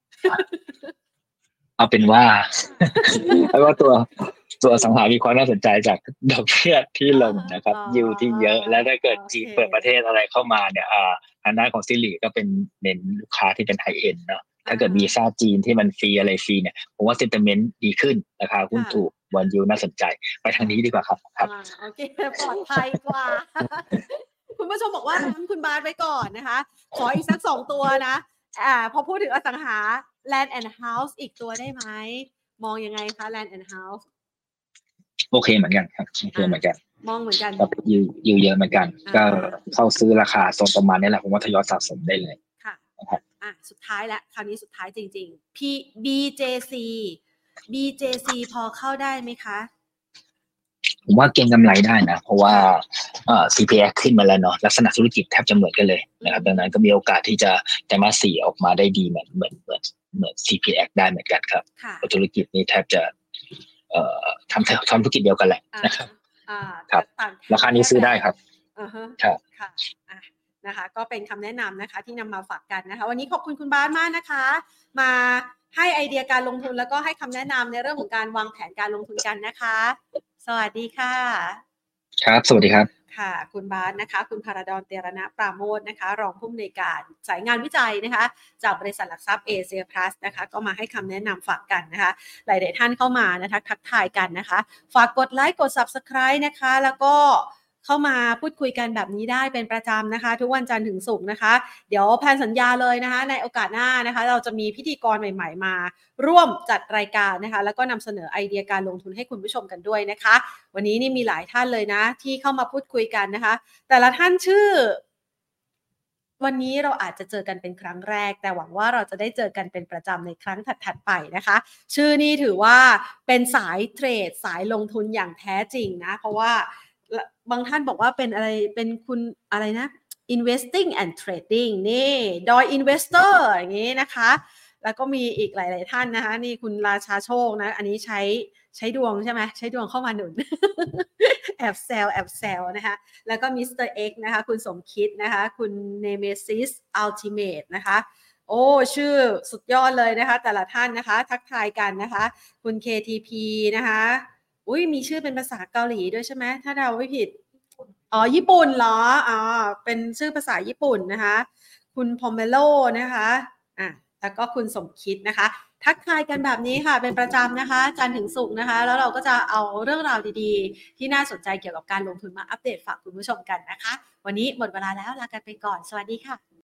เอาเป็นว่าแล้วก็ตัวตัวอสังหามีความน่าสนใจจากดอกเบี้ยที่ลงนะครับยิวที่เยอะและถ้าเกิดจีนเปิดประเทศอะไรเข้ามาเนี่ยอ่าทางด้านของซิริก็เป็นเน้นลูกค้าที่เป็นไฮเอ็นด์เนาะถ้าเกิดวีซ่าจีนที่มันฟรีอะไรฟรีเนี่ยผมว่าเซนติเมนต์ดีขึ้นราคาหุ้นถูกวันยิวน่าสนใจไปทางนี้ดีกว่าครับครับโอเคปลอดภัยกว่าคุณผู้ชมบอกว่าน้ำคุณบาสไว้ก่อนนะคะขออีกสักสองตัวนะอ่าพอพูดถึงอสังหา Land and House อีกตัวได้ไหมมองยังไงคะ Land and House โอเคเหมือนกันครับโอเคเหมือนกันมองเหมือนกันก็ยิวยิวเยอะเหมือนกันก็เข้าซื้อราคาโซนประมาณนี้แหละผมว่าทยอยสะสมได้เลยค่ะอ่ะสุดท้ายแล้วคราวนี้สุดท้ายจริงๆ P บี เจ ซี บี เจ ซี พอเข้าได้ไหมคะผมว่าเก็งกำไรได้นะเพราะว่าเอ่อ ซี พี เอ็กซ์ ขึ้นมาแล้วเนาะลักษณะธุรกิจแทบจะเหมือนกันเลยนะครับดังนั้นก็มีโอกาสที่จะไตรมาสสี่ออกมาได้ดีเหมือนเหมือนเหมือนเหมือน ซี พี เอ็กซ์ ได้เหมือนกันครับเพราะธุรกิจนี้แทบจะเอ่อทำทำธุรกิจเดียวกันแหละนะครับครับราคานี้ซื้อได้ครับครับค่ะนะคะก็เป็นคำแนะนำนะคะที่นำมาฝากกันนะคะวันนี้ขอบคุณคุณบาสมากนะคะมาให้ไอเดียการลงทุนแล้วก็ให้คำแนะนำในเรื่องของการวางแผนการลงทุนกันนะคะสวัสดีค่ะครับสวัสดีครับค่ะคุณบาสนะคะคุณภารดรเตรณปราโมชนะคะรองผู้อำนวยการสายงานวิจัยนะคะจากบริษัทหลักทรัพย์เอเชียพลัสนะคะก็มาให้คำแนะนำฝากกันนะคะหลายๆท่านเข้ามานะคะทักทายกันนะคะฝากกดไลค์กด Subscribe นะคะแล้วก็เข้ามาพูดคุยกันแบบนี้ได้เป็นประจำนะคะทุกวันจันทร์ถึงศุกร์นะคะเดี๋ยวแพนสัญญาเลยนะคะในโอกาสหน้านะคะเราจะมีพิธีกรใหม่ๆมาร่วมจัดรายการนะคะแล้วก็นำเสนอไอเดียการลงทุนให้คุณผู้ชมกันด้วยนะคะวันนี้นี่มีหลายท่านเลยนะที่เข้ามาพูดคุยกันนะคะแต่ละท่านชื่อวันนี้เราอาจจะเจอกันเป็นครั้งแรกแต่หวังว่าเราจะได้เจอกันเป็นประจำในครั้งถัดๆไปนะคะชื่อนี่ถือว่าเป็นสายเทรดสายลงทุนอย่างแท้จริงนะเพราะว่าบางท่านบอกว่าเป็นอะไรเป็นคุณอะไรนะ investing and trading นี่ดอย investor อย่างนี้นะคะแล้วก็มีอีกหลายๆท่านนะคะนี่คุณราชาโชคนะอันนี้ใช้ใช้ดวงใช่ไหมใช้ดวงเข้ามาหนุน แอบแซวแอบแซวนะคะแล้วก็มิสเตอร์เอ็กซ์นะคะคุณสมคิดนะคะคุณเนเมซิสอัลติเมทนะคะโอ้ชื่อสุดยอดเลยนะคะแต่ละท่านนะคะทักทายกันนะคะคุณ เค ที พี นะคะอุ้ยมีชื่อเป็นภาษาเกาหลีด้วยใช่ไหมถ้าเราไม่ผิดอ๋อญี่ปุ่นเหรออ๋อเป็นชื่อภาษาญี่ปุ่นนะคะคุณพอมเมโลนะคะอ่ะแล้วก็คุณสมคิดนะคะทักทายกันแบบนี้ค่ะเป็นประจำนะคะจันทร์ถึงศุกร์นะคะแล้วเราก็จะเอาเรื่องราวดีๆที่น่าสนใจเกี่ยวกับการลงทุนมาอัปเดตฝากคุณผู้ชมกันนะคะวันนี้หมดเวลาแล้วลากันไปก่อนสวัสดีค่ะ